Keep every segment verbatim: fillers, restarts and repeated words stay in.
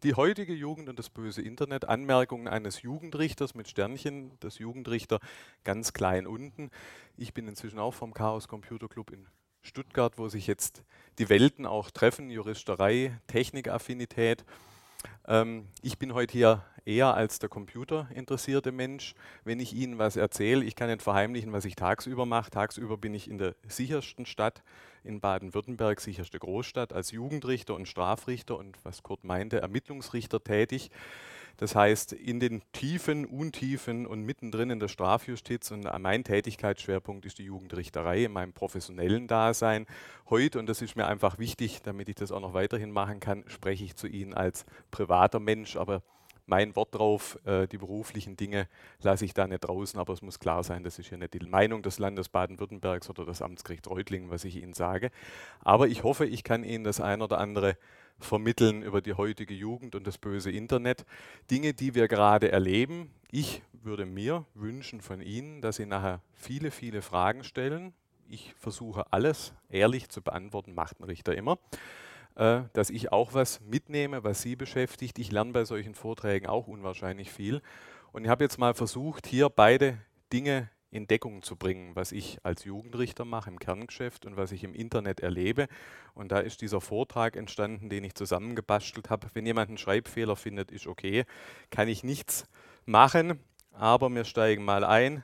Die heutige Jugend und das böse Internet, Anmerkungen eines Jugendrichters mit Sternchen, das Jugendrichter ganz klein unten. Ich bin inzwischen auch vom Chaos Computer Club in Stuttgart, wo sich jetzt die Welten auch treffen, Juristerei, Technikaffinität. Ähm, ich bin heute hier eher als der computerinteressierte Mensch. Wenn ich Ihnen was erzähle, ich kann nicht verheimlichen, was ich tagsüber mache. Tagsüber bin ich in der sichersten Stadt in Baden-Württemberg, sicherste Großstadt, als Jugendrichter und Strafrichter und, was Kurt meinte, Ermittlungsrichter tätig. Das heißt, in den Tiefen, Untiefen und mittendrin in der Strafjustiz, und mein Tätigkeitsschwerpunkt ist die Jugendrichterei in meinem professionellen Dasein. Heute, und das ist mir einfach wichtig, damit ich das auch noch weiterhin machen kann, spreche ich zu Ihnen als privater Mensch, aber mein Wort drauf, äh, die beruflichen Dinge lasse ich da nicht draußen, aber es muss klar sein, das ist ja nicht die Meinung des Landes Baden-Württembergs oder des Amtsgerichts Reutlingen, was ich Ihnen sage. Aber ich hoffe, ich kann Ihnen das ein oder andere vermitteln über die heutige Jugend und das böse Internet. Dinge, die wir gerade erleben. Ich würde mir wünschen von Ihnen, dass Sie nachher viele, viele Fragen stellen. Ich versuche alles ehrlich zu beantworten, macht ein Richter immer. Äh, dass ich auch was mitnehme, was Sie beschäftigt. Ich lerne bei solchen Vorträgen auch unwahrscheinlich viel. Und ich habe jetzt mal versucht, hier beide Dinge in Deckung zu bringen, was ich als Jugendrichter mache im Kerngeschäft und was ich im Internet erlebe. Und da ist dieser Vortrag entstanden, den ich zusammengebastelt habe. Wenn jemand einen Schreibfehler findet, ist okay, kann ich nichts machen, aber wir steigen mal ein.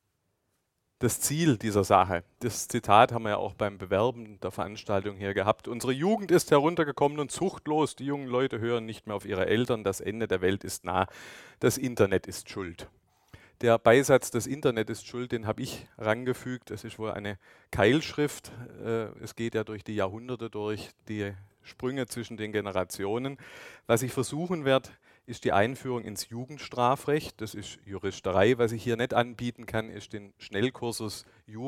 Das Ziel dieser Sache, das Zitat haben wir ja auch beim Bewerben der Veranstaltung hier gehabt. Unsere Jugend ist heruntergekommen und zuchtlos. Die jungen Leute hören nicht mehr auf ihre Eltern. Das Ende der Welt ist nah. Das Internet ist schuld. Der Beisatz, das Internet ist schuld, den habe ich rangefügt. Das ist wohl eine Keilschrift. Äh, Es geht ja durch die Jahrhunderte durch, die Sprünge zwischen den Generationen. Was ich versuchen werde, ist die Einführung ins Jugendstrafrecht. Das ist Juristerei. Was ich hier nicht anbieten kann, ist den Schnellkursus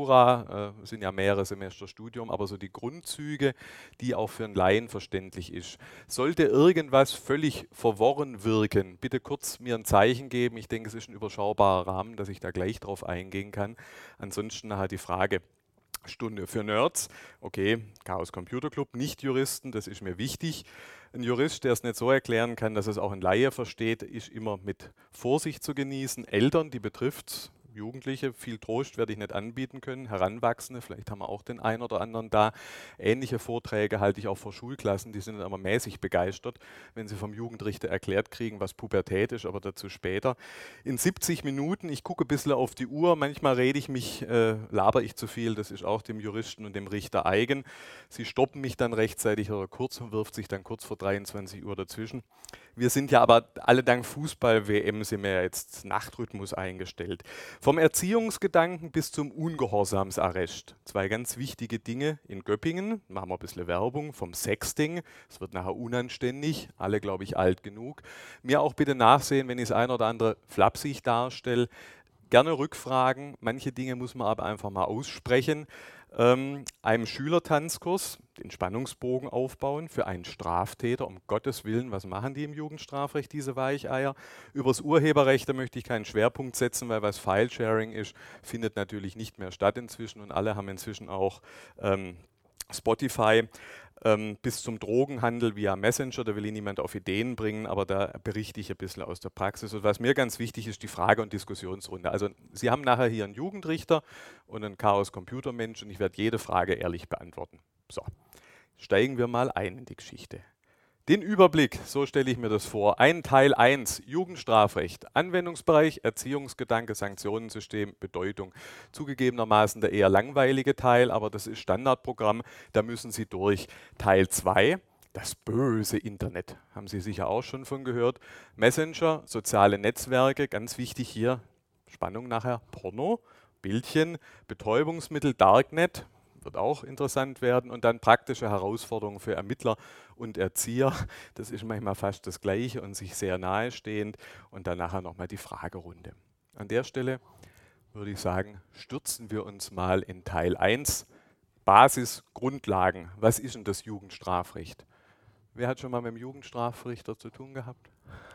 Jura. Es sind ja mehrere Semester Studium, aber so die Grundzüge, die auch für einen Laien verständlich ist. Sollte irgendwas völlig verworren wirken, bitte kurz mir ein Zeichen geben. Ich denke, es ist ein überschaubarer Rahmen, dass ich da gleich drauf eingehen kann. Ansonsten nachher die Frage. Stunde für Nerds. Okay, Chaos Computer Club, nicht Juristen, das ist mir wichtig. Ein Jurist, der es nicht so erklären kann, dass es auch ein Laie versteht, ist immer mit Vorsicht zu genießen. Eltern, die betrifft es, Jugendliche, viel Trost werde ich nicht anbieten können. Heranwachsende, vielleicht haben wir auch den einen oder anderen da. Ähnliche Vorträge halte ich auch vor Schulklassen, die sind immer mäßig begeistert, wenn sie vom Jugendrichter erklärt kriegen, was Pubertät ist, aber dazu später. In siebzig Minuten, ich gucke ein bisschen auf die Uhr, manchmal rede ich mich, äh, laber ich zu viel, das ist auch dem Juristen und dem Richter eigen. Sie stoppen mich dann rechtzeitig oder kurz und wirft sich dann kurz vor dreiundzwanzig Uhr dazwischen. Wir sind ja aber alle dank Fußball-W M sind wir ja jetzt Nachtrhythmus eingestellt. Vom Erziehungsgedanken bis zum Ungehorsamsarrest. Zwei ganz wichtige Dinge in Göppingen. Machen wir ein bisschen Werbung. Vom Sexting. Es wird nachher unanständig. Alle, glaube ich, alt genug. Mir auch bitte nachsehen, wenn ich das ein oder andere flapsig darstelle. Gerne rückfragen. Manche Dinge muss man aber einfach mal aussprechen. Ähm, einem Schülertanzkurs den Spannungsbogen aufbauen für einen Straftäter. Um Gottes Willen, was machen die im Jugendstrafrecht, diese Weicheier? Übers Urheberrecht, da möchte ich keinen Schwerpunkt setzen, weil was File-Sharing ist, findet natürlich nicht mehr statt inzwischen und alle haben inzwischen auch ähm, Spotify. Ähm, bis zum Drogenhandel via Messenger, da will ich niemand auf Ideen bringen, aber da berichte ich ein bisschen aus der Praxis. Und was mir ganz wichtig ist, die Frage- und Diskussionsrunde. Also Sie haben nachher hier einen Jugendrichter und einen Chaos-Computer-Mensch und ich werde jede Frage ehrlich beantworten. So, steigen wir mal ein in die Geschichte. Den Überblick, so stelle ich mir das vor. Ein Teil eins, Jugendstrafrecht, Anwendungsbereich, Erziehungsgedanke, Sanktionensystem, Bedeutung. Zugegebenermaßen der eher langweilige Teil, aber das ist Standardprogramm, da müssen Sie durch. Teil zwei, das böse Internet, haben Sie sicher auch schon von gehört. Messenger, soziale Netzwerke, ganz wichtig hier, Spannung nachher, Porno, Bildchen, Betäubungsmittel, Darknet, wird auch interessant werden und dann praktische Herausforderungen für Ermittler und Erzieher. Das ist manchmal fast das Gleiche und sich sehr nahestehend und dann nachher nochmal die Fragerunde. An der Stelle würde ich sagen, stürzen wir uns mal in Teil eins. Basis, Grundlagen. Was ist denn das Jugendstrafrecht? Wer hat schon mal mit dem Jugendstrafrichter zu tun gehabt?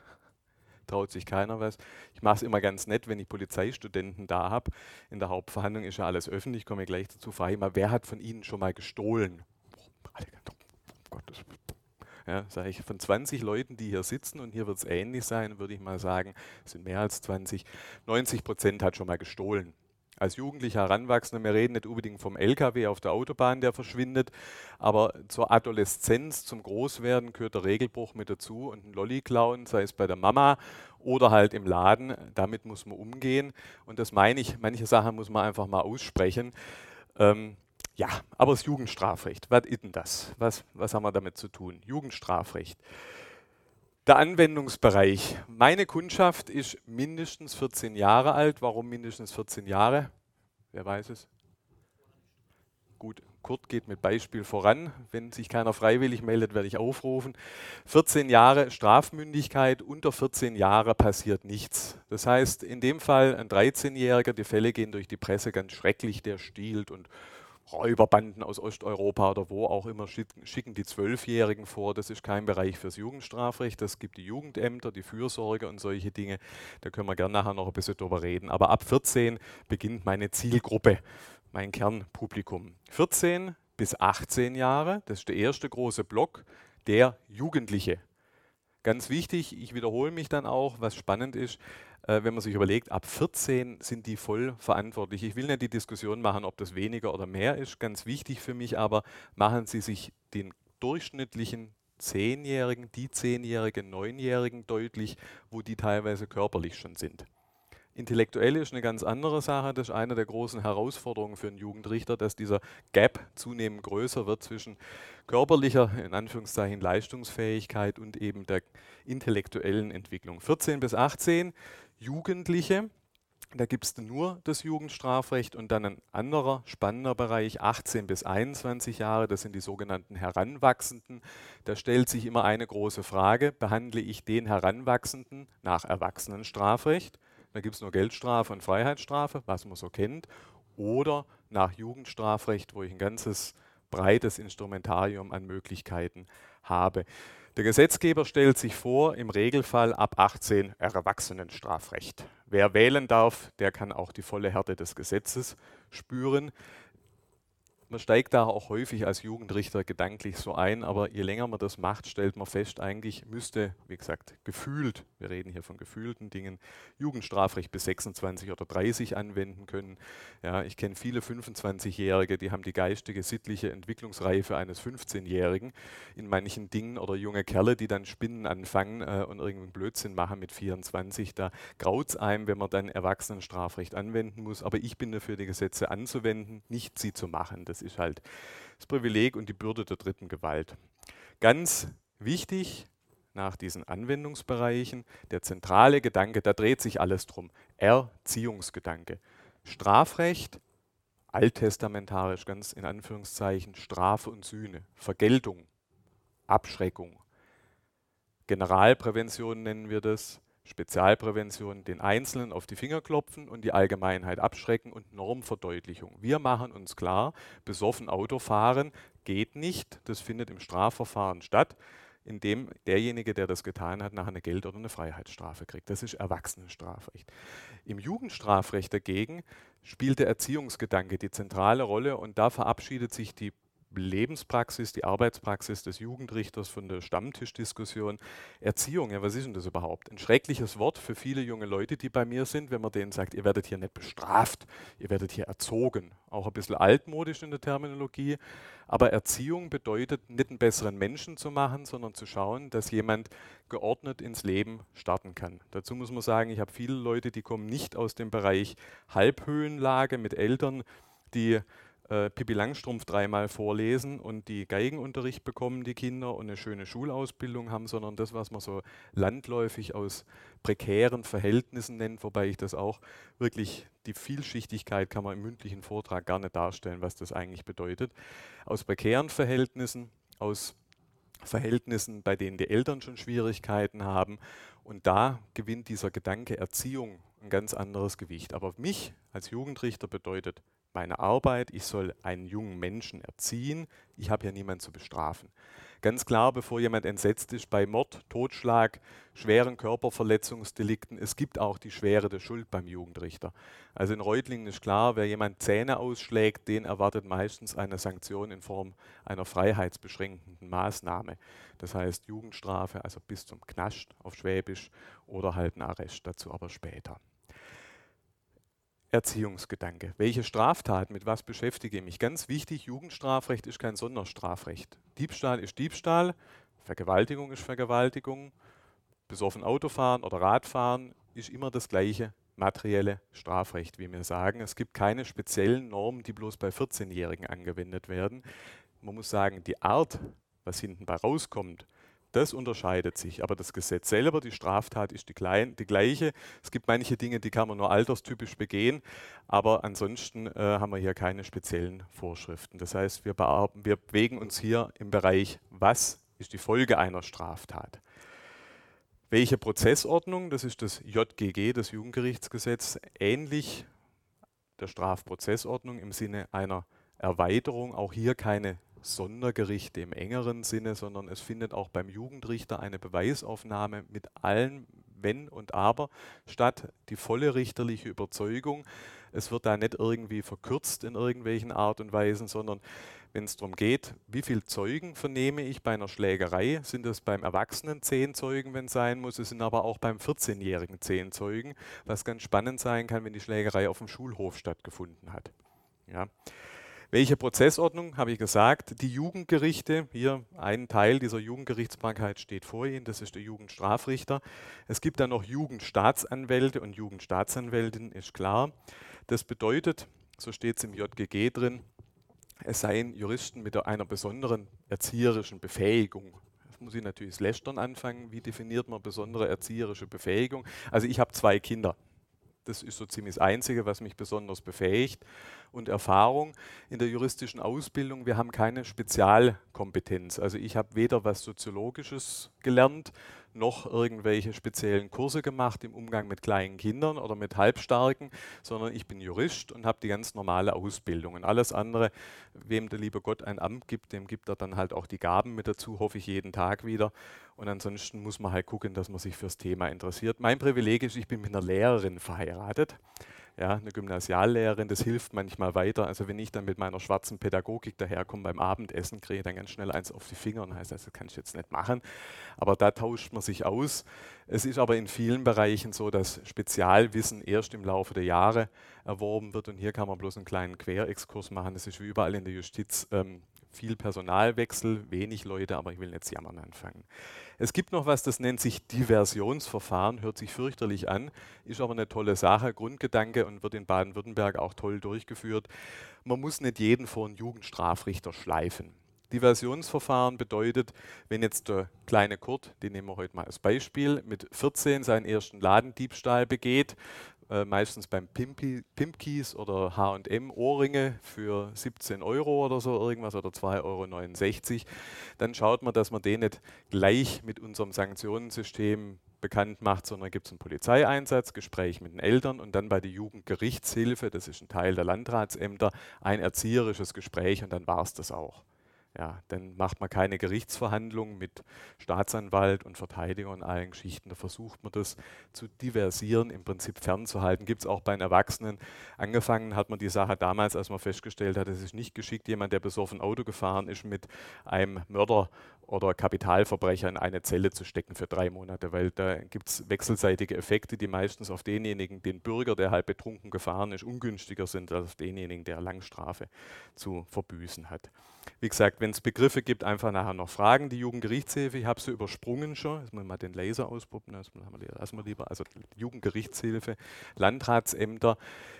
Traut sich keiner was. Ich mache es immer ganz nett, wenn ich Polizeistudenten da habe. In der Hauptverhandlung ist ja alles öffentlich, komme ich gleich dazu, frage ich mal, wer hat von Ihnen schon mal gestohlen? Ja, sage ich, von zwanzig Leuten, die hier sitzen, und hier wird es ähnlich sein, würde ich mal sagen, es sind mehr als zwanzig, neunzig Prozent hat schon mal gestohlen. Als Jugendlicher Heranwachsender, wir reden nicht unbedingt vom L K W auf der Autobahn, der verschwindet, aber zur Adoleszenz, zum Großwerden gehört der Regelbruch mit dazu, und ein Lolli klauen, sei es bei der Mama oder halt im Laden, damit muss man umgehen, und das meine ich, manche Sachen muss man einfach mal aussprechen. Ähm, ja, aber das Jugendstrafrecht, was ist denn das? Was, was haben wir damit zu tun? Jugendstrafrecht. Der Anwendungsbereich. Meine Kundschaft ist mindestens vierzehn Jahre alt. Warum mindestens vierzehn Jahre? Wer weiß es? Gut, Kurt geht mit Beispiel voran. Wenn sich keiner freiwillig meldet, werde ich aufrufen. vierzehn Jahre Strafmündigkeit, unter vierzehn Jahre passiert nichts. Das heißt, in dem Fall ein dreizehnjähriger, die Fälle gehen durch die Presse ganz schrecklich, der stiehlt, und Räuberbanden aus Osteuropa oder wo auch immer schicken, schicken die Zwölfjährigen vor. Das ist kein Bereich fürs Jugendstrafrecht. Das gibt die Jugendämter, die Fürsorge und solche Dinge. Da können wir gerne nachher noch ein bisschen drüber reden. Aber ab vierzehn beginnt meine Zielgruppe, mein Kernpublikum. vierzehn bis achtzehn Jahre, das ist der erste große Block, der Jugendliche. Ganz wichtig, ich wiederhole mich dann auch, was spannend ist, äh, wenn man sich überlegt, ab vierzehn sind die voll verantwortlich. Ich will nicht die Diskussion machen, ob das weniger oder mehr ist. Ganz wichtig für mich aber, machen Sie sich den durchschnittlichen Zehnjährigen, die Zehnjährigen, Neunjährigen deutlich, wo die teilweise körperlich schon sind. Intellektuell ist eine ganz andere Sache. Das ist eine der großen Herausforderungen für einen Jugendrichter, dass dieser Gap zunehmend größer wird zwischen körperlicher, in Anführungszeichen, Leistungsfähigkeit und eben der intellektuellen Entwicklung. vierzehn bis achtzehn, Jugendliche, da gibt es nur das Jugendstrafrecht, und dann ein anderer spannender Bereich, achtzehn bis einundzwanzig Jahre, das sind die sogenannten Heranwachsenden. Da stellt sich immer eine große Frage: Behandle ich den Heranwachsenden nach Erwachsenenstrafrecht? Da gibt es nur Geldstrafe und Freiheitsstrafe, was man so kennt, oder nach Jugendstrafrecht, wo ich ein ganzes breites Instrumentarium an Möglichkeiten habe. Der Gesetzgeber stellt sich vor, im Regelfall ab achtzehn Erwachsenenstrafrecht. Wer wählen darf, der kann auch die volle Härte des Gesetzes spüren. Man steigt da auch häufig als Jugendrichter gedanklich so ein, aber je länger man das macht, stellt man fest, eigentlich müsste, wie gesagt, gefühlt, wir reden hier von gefühlten Dingen, Jugendstrafrecht bis sechsundzwanzig oder dreißig anwenden können. Ja, ich kenne viele fünfundzwanzigjährige, die haben die geistige, sittliche Entwicklungsreife eines fünfzehnjährigen in manchen Dingen, oder junge Kerle, die dann Spinnen anfangen äh, und irgendeinen Blödsinn machen mit vierundzwanzig. Da graut es einem, wenn man dann Erwachsenenstrafrecht anwenden muss. Aber ich bin dafür, die Gesetze anzuwenden, nicht sie zu machen. Das ist halt das Privileg und die Bürde der dritten Gewalt. Ganz wichtig nach diesen Anwendungsbereichen, der zentrale Gedanke, da dreht sich alles drum, Erziehungsgedanke. Strafrecht, alttestamentarisch ganz in Anführungszeichen, Strafe und Sühne, Vergeltung, Abschreckung, Generalprävention nennen wir das, Spezialprävention, den Einzelnen auf die Finger klopfen und die Allgemeinheit abschrecken, und Normverdeutlichung. Wir machen uns klar, besoffen Auto fahren geht nicht, das findet im Strafverfahren statt, indem derjenige, der das getan hat, nachher eine Geld- oder eine Freiheitsstrafe kriegt. Das ist Erwachsenenstrafrecht. Im Jugendstrafrecht dagegen spielt der Erziehungsgedanke die zentrale Rolle, und da verabschiedet sich die Lebenspraxis, die Arbeitspraxis des Jugendrichters von der Stammtischdiskussion. Erziehung, ja, was ist denn das überhaupt? Ein schreckliches Wort für viele junge Leute, die bei mir sind, wenn man denen sagt, ihr werdet hier nicht bestraft, ihr werdet hier erzogen. Auch ein bisschen altmodisch in der Terminologie, aber Erziehung bedeutet, nicht einen besseren Menschen zu machen, sondern zu schauen, dass jemand geordnet ins Leben starten kann. Dazu muss man sagen, ich habe viele Leute, die kommen nicht aus dem Bereich Halbhöhenlage mit Eltern, die äh, Pippi Langstrumpf dreimal vorlesen und die Geigenunterricht bekommen, die Kinder, und eine schöne Schulausbildung haben, sondern das, was man so landläufig aus prekären Verhältnissen nennt, wobei ich das auch wirklich, die Vielschichtigkeit kann man im mündlichen Vortrag gar nicht darstellen, was das eigentlich bedeutet. Aus prekären Verhältnissen, aus Verhältnissen, bei denen die Eltern schon Schwierigkeiten haben, und da gewinnt dieser Gedanke Erziehung ein ganz anderes Gewicht. Aber mich als Jugendrichter bedeutet meine Arbeit, ich soll einen jungen Menschen erziehen, ich habe ja niemanden zu bestrafen. Ganz klar, bevor jemand entsetzt ist, bei Mord, Totschlag, schweren Körperverletzungsdelikten, es gibt auch die Schwere der Schuld beim Jugendrichter. Also in Reutlingen ist klar, wer jemand Zähne ausschlägt, den erwartet meistens eine Sanktion in Form einer freiheitsbeschränkenden Maßnahme. Das heißt Jugendstrafe, also bis zum Knast auf Schwäbisch oder halt ein Arrest, dazu aber später. Erziehungsgedanke. Welche Straftat, mit was beschäftige ich mich? Ganz wichtig, Jugendstrafrecht ist kein Sonderstrafrecht. Diebstahl ist Diebstahl, Vergewaltigung ist Vergewaltigung, besoffen Autofahren oder Radfahren ist immer das gleiche materielle Strafrecht, wie wir sagen. Es gibt keine speziellen Normen, die bloß bei vierzehnjährigen angewendet werden. Man muss sagen, die Art, was hinten bei rauskommt, das unterscheidet sich, aber das Gesetz selber, die Straftat ist die, klein, die gleiche. Es gibt manche Dinge, die kann man nur alterstypisch begehen, aber ansonsten äh, haben wir hier keine speziellen Vorschriften. Das heißt, wir, wir bewegen uns hier im Bereich, was ist die Folge einer Straftat. Welche Prozessordnung, das ist das J G G, das Jugendgerichtsgesetz, ähnlich der Strafprozessordnung im Sinne einer Erweiterung, auch hier keine Sondergerichte im engeren Sinne, sondern es findet auch beim Jugendrichter eine Beweisaufnahme mit allen Wenn und Aber statt, die volle richterliche Überzeugung. Es wird da nicht irgendwie verkürzt in irgendwelchen Art und Weisen, sondern wenn es darum geht, wie viele Zeugen vernehme ich bei einer Schlägerei, sind es beim Erwachsenen zehn Zeugen, wenn es sein muss, es sind aber auch beim vierzehnjährigen zehn Zeugen, was ganz spannend sein kann, wenn die Schlägerei auf dem Schulhof stattgefunden hat. Ja. Welche Prozessordnung, habe ich gesagt, die Jugendgerichte, hier ein Teil dieser Jugendgerichtsbarkeit steht vor Ihnen, das ist der Jugendstrafrichter. Es gibt dann noch Jugendstaatsanwälte und Jugendstaatsanwältinnen, ist klar. Das bedeutet, so steht es im J G G drin, es seien Juristen mit einer besonderen erzieherischen Befähigung. Das muss ich natürlich das Lästern anfangen, wie definiert man besondere erzieherische Befähigung? Also ich habe zwei Kinder. Das ist so ziemlich das Einzige, was mich besonders befähigt. Und Erfahrung in der juristischen Ausbildung, wir haben keine Spezialkompetenz. Also ich habe weder was Soziologisches gelernt, noch irgendwelche speziellen Kurse gemacht im Umgang mit kleinen Kindern oder mit Halbstarken, sondern ich bin Jurist und habe die ganz normale Ausbildung. Und alles andere, wem der liebe Gott ein Amt gibt, dem gibt er dann halt auch die Gaben mit dazu, hoffe ich jeden Tag wieder. Und ansonsten muss man halt gucken, dass man sich fürs Thema interessiert. Mein Privileg ist, ich bin mit einer Lehrerin verheiratet. Ja, eine Gymnasiallehrerin, das hilft manchmal weiter. Also wenn ich dann mit meiner schwarzen Pädagogik daherkomme beim Abendessen, kriege ich dann ganz schnell eins auf die Finger und heißt, das kann ich jetzt nicht machen. Aber da tauscht man sich aus. Es ist aber in vielen Bereichen so, dass Spezialwissen erst im Laufe der Jahre erworben wird. Und hier kann man bloß einen kleinen Querexkurs machen. Das ist wie überall in der Justiz. Ähm, viel Personalwechsel, wenig Leute, aber ich will jetzt jammern anfangen. Es gibt noch was, das nennt sich Diversionsverfahren, hört sich fürchterlich an, ist aber eine tolle Sache, Grundgedanke und wird in Baden-Württemberg auch toll durchgeführt. Man muss nicht jeden vor einen Jugendstrafrichter schleifen. Diversionsverfahren bedeutet, wenn jetzt der kleine Kurt, den nehmen wir heute mal als Beispiel, mit vierzehn seinen ersten Ladendiebstahl begeht, äh, meistens beim Pimpi, Pimpkies oder H und M Ohrringe für siebzehn Euro oder so irgendwas oder zwei Euro neunundsechzig, dann schaut man, dass man den nicht gleich mit unserem Sanktionensystem bekannt macht, sondern gibt es einen Polizeieinsatz, Gespräch mit den Eltern und dann bei der Jugendgerichtshilfe, das ist ein Teil der Landratsämter, ein erzieherisches Gespräch und dann war es das auch. Ja, dann macht man keine Gerichtsverhandlungen mit Staatsanwalt und Verteidiger und allen Geschichten. Da versucht man das zu diversieren, im Prinzip fernzuhalten. Gibt es auch bei den Erwachsenen. Angefangen hat man die Sache damals, als man festgestellt hat, es ist nicht geschickt, jemand, der besoffen Auto gefahren ist, mit einem Mörder oder Kapitalverbrecher in eine Zelle zu stecken für drei Monate, weil da gibt es wechselseitige Effekte, die meistens auf denjenigen, den Bürger, der halt betrunken gefahren ist, ungünstiger sind als auf denjenigen, der Langstrafe zu verbüßen hat. Wie gesagt, wenn es Begriffe gibt, einfach nachher noch fragen. Die Jugendgerichtshilfe, ich habe sie übersprungen schon. Jetzt muss ich mal den Laser auspuppen, das lassen wir lieber. Also Jugendgerichtshilfe, Landratsämter,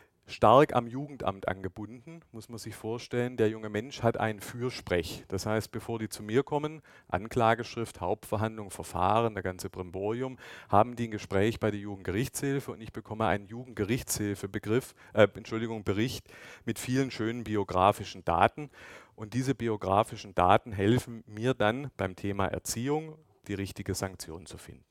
stark am Jugendamt angebunden, muss man sich vorstellen. Der junge Mensch hat ein Fürsprech. Das heißt, bevor die zu mir kommen, Anklageschrift, Hauptverhandlung, Verfahren, der ganze Brimborium, haben die ein Gespräch bei der Jugendgerichtshilfe und ich bekomme einen Jugendgerichtshilfebegriff, äh, Entschuldigung, Bericht mit vielen schönen biografischen Daten. Und diese biografischen Daten helfen mir dann beim Thema Erziehung, die richtige Sanktion zu finden.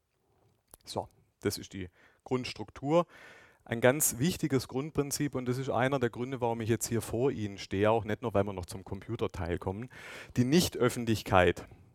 So, das ist die Grundstruktur. Ein ganz wichtiges Grundprinzip, und das ist einer der Gründe, warum ich jetzt hier vor Ihnen stehe, auch nicht nur, weil wir noch zum Computerteil kommen. Die Nichtöffentlichkeit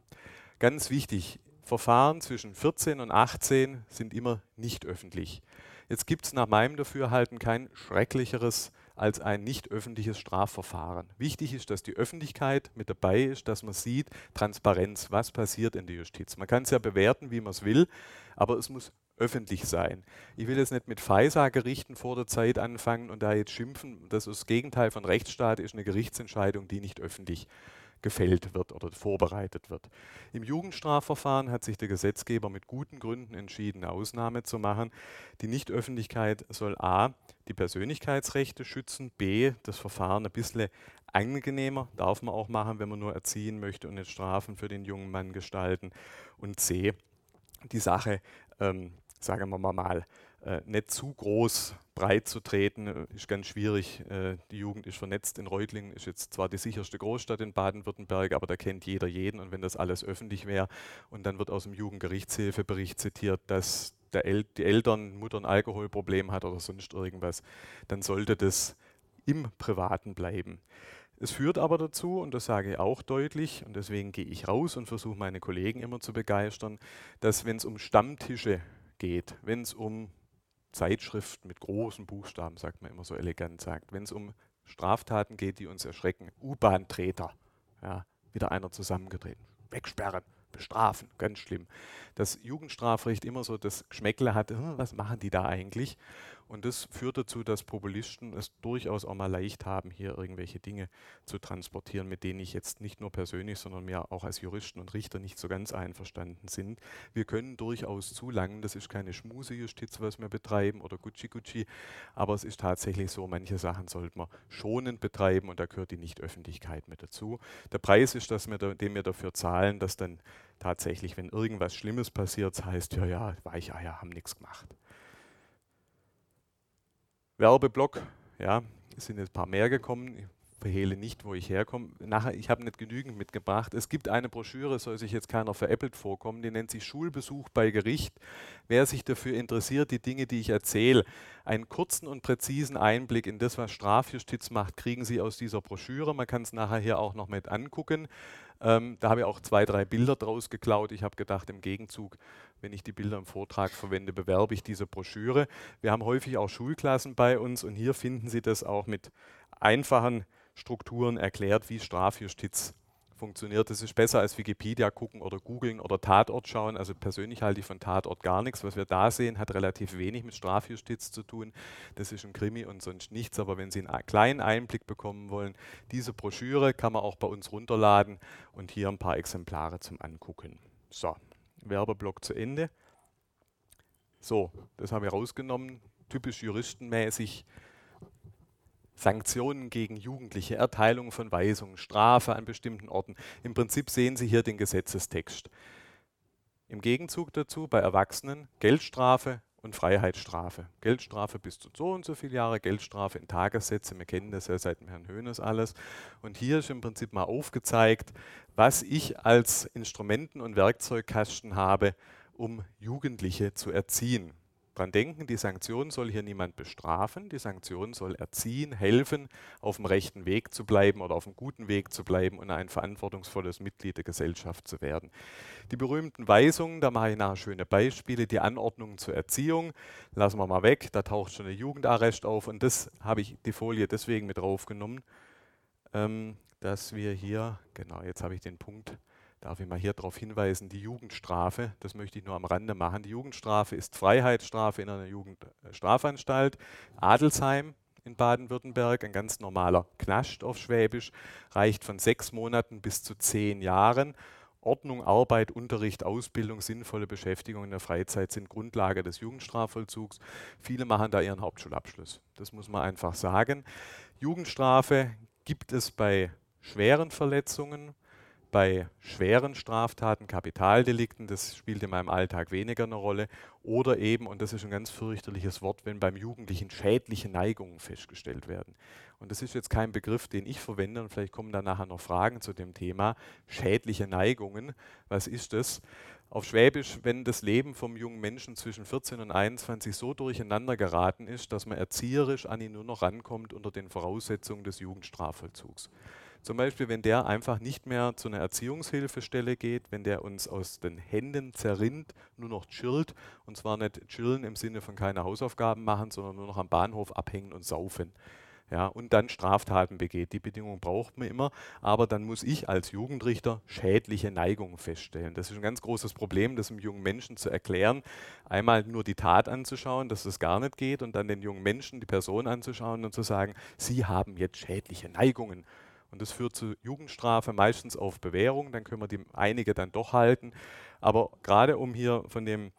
Ganz wichtig, Verfahren zwischen vierzehn und achtzehn sind immer nicht öffentlich. Jetzt gibt es nach meinem Dafürhalten kein schrecklicheres als ein nicht öffentliches Strafverfahren. Wichtig ist, dass die Öffentlichkeit mit dabei ist, dass man sieht, Transparenz, was passiert in der Justiz. Man kann es ja bewerten, wie man es will, aber es muss öffentlich sein. Ich will jetzt nicht mit FISA-Gerichten vor der Zeit anfangen und da jetzt schimpfen. Das ist das Gegenteil von Rechtsstaat, ist eine Gerichtsentscheidung, die nicht öffentlich gefällt wird oder vorbereitet wird. Im Jugendstrafverfahren hat sich der Gesetzgeber mit guten Gründen entschieden, eine Ausnahme zu machen. Die Nichtöffentlichkeit soll a. die Persönlichkeitsrechte schützen, b. das Verfahren ein bisschen angenehmer, darf man auch machen, wenn man nur erziehen möchte und nicht Strafen für den jungen Mann gestalten, und c. die Sache, ähm, sagen wir mal, äh, nicht zu groß breit zu treten, äh, ist ganz schwierig. Äh, die Jugend ist vernetzt. In Reutlingen ist jetzt zwar die sicherste Großstadt in Baden-Württemberg, aber da kennt jeder jeden. Und wenn das alles öffentlich wäre und dann wird aus dem Jugendgerichtshilfebericht zitiert, dass der El die Eltern, Mutter ein Alkoholproblem hat oder sonst irgendwas, dann sollte das im Privaten bleiben. Es führt aber dazu, und das sage ich auch deutlich, und deswegen gehe ich raus und versuche meine Kollegen immer zu begeistern, dass wenn es um Stammtische geht, wenn es um Zeitschriften mit großen Buchstaben, sagt man immer so elegant sagt, wenn es um Straftaten geht, die uns erschrecken, U-Bahn-Treter, ja, wieder einer zusammengetreten, wegsperren, bestrafen, ganz schlimm. Das Jugendstrafrecht immer so das Geschmäckle hatte, hm, was machen die da eigentlich? Und das führt dazu, dass Populisten es durchaus auch mal leicht haben, hier irgendwelche Dinge zu transportieren, mit denen ich jetzt nicht nur persönlich, sondern mir auch als Juristen und Richter nicht so ganz einverstanden sind. Wir können durchaus zulangen, das ist keine Schmusejustiz, was wir betreiben oder Gucci-Gucci, aber es ist tatsächlich so, manche Sachen sollte man schonend betreiben und da gehört die Nichtöffentlichkeit mit dazu. Der Preis ist, dass wir da, den wir dafür zahlen, dass dann tatsächlich, wenn irgendwas Schlimmes passiert, das heißt, ja, ja, Weicheier haben nichts gemacht. Werbeblock, ja, es sind jetzt ein paar mehr gekommen. Ich verhehle nicht, wo ich herkomme. Nachher, ich habe nicht genügend mitgebracht. Es gibt eine Broschüre, soll sich jetzt keiner veräppelt vorkommen, die nennt sich Schulbesuch bei Gericht. Wer sich dafür interessiert, die Dinge, die ich erzähle, einen kurzen und präzisen Einblick in das, was Strafjustiz macht, kriegen Sie aus dieser Broschüre. Man kann es nachher hier auch noch mit angucken. Ähm, da habe ich auch zwei, drei Bilder draus geklaut. Ich habe gedacht, im Gegenzug, wenn ich die Bilder im Vortrag verwende, bewerbe ich diese Broschüre. Wir haben häufig auch Schulklassen bei uns und hier finden Sie das auch mit einfachen Strukturen erklärt, wie Strafjustiz funktioniert. Das ist besser als Wikipedia gucken oder googeln oder Tatort schauen. Also persönlich halte ich von Tatort gar nichts. Was wir da sehen, hat relativ wenig mit Strafjustiz zu tun. Das ist ein Krimi und sonst nichts. Aber wenn Sie einen kleinen Einblick bekommen wollen, diese Broschüre kann man auch bei uns runterladen und hier ein paar Exemplare zum Angucken. So, Werbeblock zu Ende. So, das habe ich rausgenommen. Typisch juristenmäßig. Sanktionen gegen Jugendliche, Erteilung von Weisungen, Strafe an bestimmten Orten. Im Prinzip sehen Sie hier den Gesetzestext. Im Gegenzug dazu bei Erwachsenen Geldstrafe und Freiheitsstrafe. Geldstrafe bis zu so und so viele Jahre, Geldstrafe in Tagessätze, wir kennen das ja seit dem Herrn Hoeneß alles. Und hier ist im Prinzip mal aufgezeigt, was ich als Instrumenten- und Werkzeugkasten habe, um Jugendliche zu erziehen. Dran denken, die Sanktion soll hier niemand bestrafen, die Sanktion soll erziehen, helfen, auf dem rechten Weg zu bleiben oder auf dem guten Weg zu bleiben und ein verantwortungsvolles Mitglied der Gesellschaft zu werden. Die berühmten Weisungen, da mache ich nachher schöne Beispiele, die Anordnungen zur Erziehung, lassen wir mal weg, da taucht schon der Jugendarrest auf und das habe ich die Folie deswegen mit draufgenommen, ähm, dass wir hier, genau, jetzt habe ich den Punkt, darf ich mal hier darauf hinweisen, die Jugendstrafe, das möchte ich nur am Rande machen. Die Jugendstrafe ist Freiheitsstrafe in einer Jugendstrafanstalt. Adelsheim in Baden-Württemberg, ein ganz normaler Knast auf Schwäbisch, reicht von sechs Monaten bis zu zehn Jahren. Ordnung, Arbeit, Unterricht, Ausbildung, sinnvolle Beschäftigung in der Freizeit sind Grundlage des Jugendstrafvollzugs. Viele machen da ihren Hauptschulabschluss. Das muss man einfach sagen. Jugendstrafe gibt es bei schweren Verletzungen, bei schweren Straftaten, Kapitaldelikten, das spielt in meinem Alltag weniger eine Rolle, oder eben, und das ist ein ganz fürchterliches Wort, wenn beim Jugendlichen schädliche Neigungen festgestellt werden. Und das ist jetzt kein Begriff, den ich verwende, und vielleicht kommen da nachher noch Fragen zu dem Thema. Schädliche Neigungen, was ist das? Auf Schwäbisch, wenn das Leben vom jungen Menschen zwischen vierzehn und einundzwanzig so durcheinander geraten ist, dass man erzieherisch an ihn nur noch rankommt unter den Voraussetzungen des Jugendstrafvollzugs. Zum Beispiel, wenn der einfach nicht mehr zu einer Erziehungshilfestelle geht, wenn der uns aus den Händen zerrinnt, nur noch chillt, und zwar nicht chillen im Sinne von keine Hausaufgaben machen, sondern nur noch am Bahnhof abhängen und saufen. Ja, und dann Straftaten begeht. Die Bedingung braucht man immer, aber dann muss ich als Jugendrichter schädliche Neigungen feststellen. Das ist ein ganz großes Problem, das einem jungen Menschen zu erklären. Einmal nur die Tat anzuschauen, dass das gar nicht geht, und dann den jungen Menschen die Person anzuschauen und zu sagen, sie haben jetzt schädliche Neigungen. Und das führt zu Jugendstrafe, meistens auf Bewährung, dann können wir die einige dann doch halten. Aber gerade um hier von dem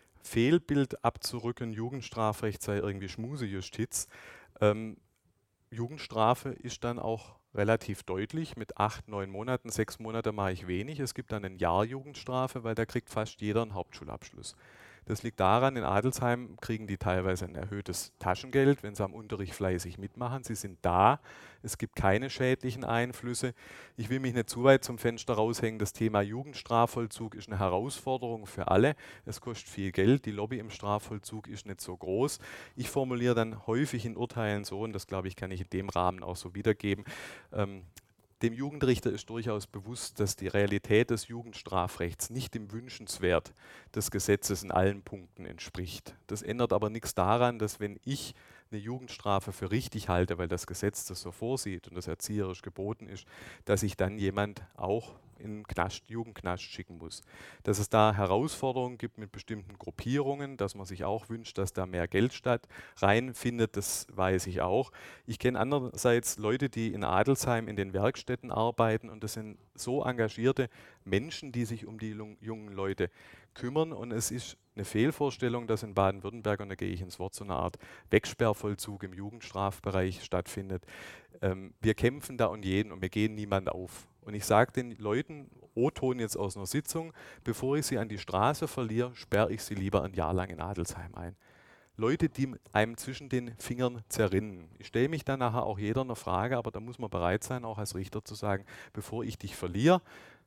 Fehlbild abzurücken, Jugendstrafrecht sei irgendwie Schmusejustiz, ähm, Jugendstrafe ist dann auch relativ deutlich. Mit acht, neun Monaten, sechs Monate mache ich wenig. Es gibt dann ein Jahr Jugendstrafe, weil da kriegt fast jeder einen Hauptschulabschluss. Das liegt daran, in Adelsheim kriegen die teilweise ein erhöhtes Taschengeld, wenn sie am Unterricht fleißig mitmachen. Sie sind da, es gibt keine schädlichen Einflüsse. Ich will mich nicht zu weit zum Fenster raushängen. Das Thema Jugendstrafvollzug ist eine Herausforderung für alle. Es kostet viel Geld, die Lobby im Strafvollzug ist nicht so groß. Ich formuliere dann häufig in Urteilen so, und das glaube ich, kann ich in dem Rahmen auch so wiedergeben, ähm, dem Jugendrichter ist durchaus bewusst, dass die Realität des Jugendstrafrechts nicht dem Wünschenswert des Gesetzes in allen Punkten entspricht. Das ändert aber nichts daran, dass wenn ich eine Jugendstrafe für richtig halte, weil das Gesetz das so vorsieht und das erzieherisch geboten ist, dass ich dann jemand auch in den Knast, Jugendknast schicken muss. Dass es da Herausforderungen gibt mit bestimmten Gruppierungen, dass man sich auch wünscht, dass da mehr Geld statt reinfindet, das weiß ich auch. Ich kenne andererseits Leute, die in Adelsheim in den Werkstätten arbeiten, und das sind so engagierte Menschen, die sich um die jungen Leute kümmern, und es ist eine Fehlvorstellung, dass in Baden-Württemberg, und da gehe ich ins Wort, so eine Art Wegsperrvollzug im Jugendstrafbereich stattfindet. Ähm, wir kämpfen da um jeden und wir gehen niemand auf. Und ich sage den Leuten, O-Ton jetzt aus einer Sitzung, bevor ich sie an die Straße verliere, sperre ich sie lieber ein Jahr lang in Adelsheim ein. Leute, die einem zwischen den Fingern zerrinnen. Ich stelle mich dann nachher auch jeder eine Frage, aber da muss man bereit sein, auch als Richter zu sagen, bevor ich dich verliere,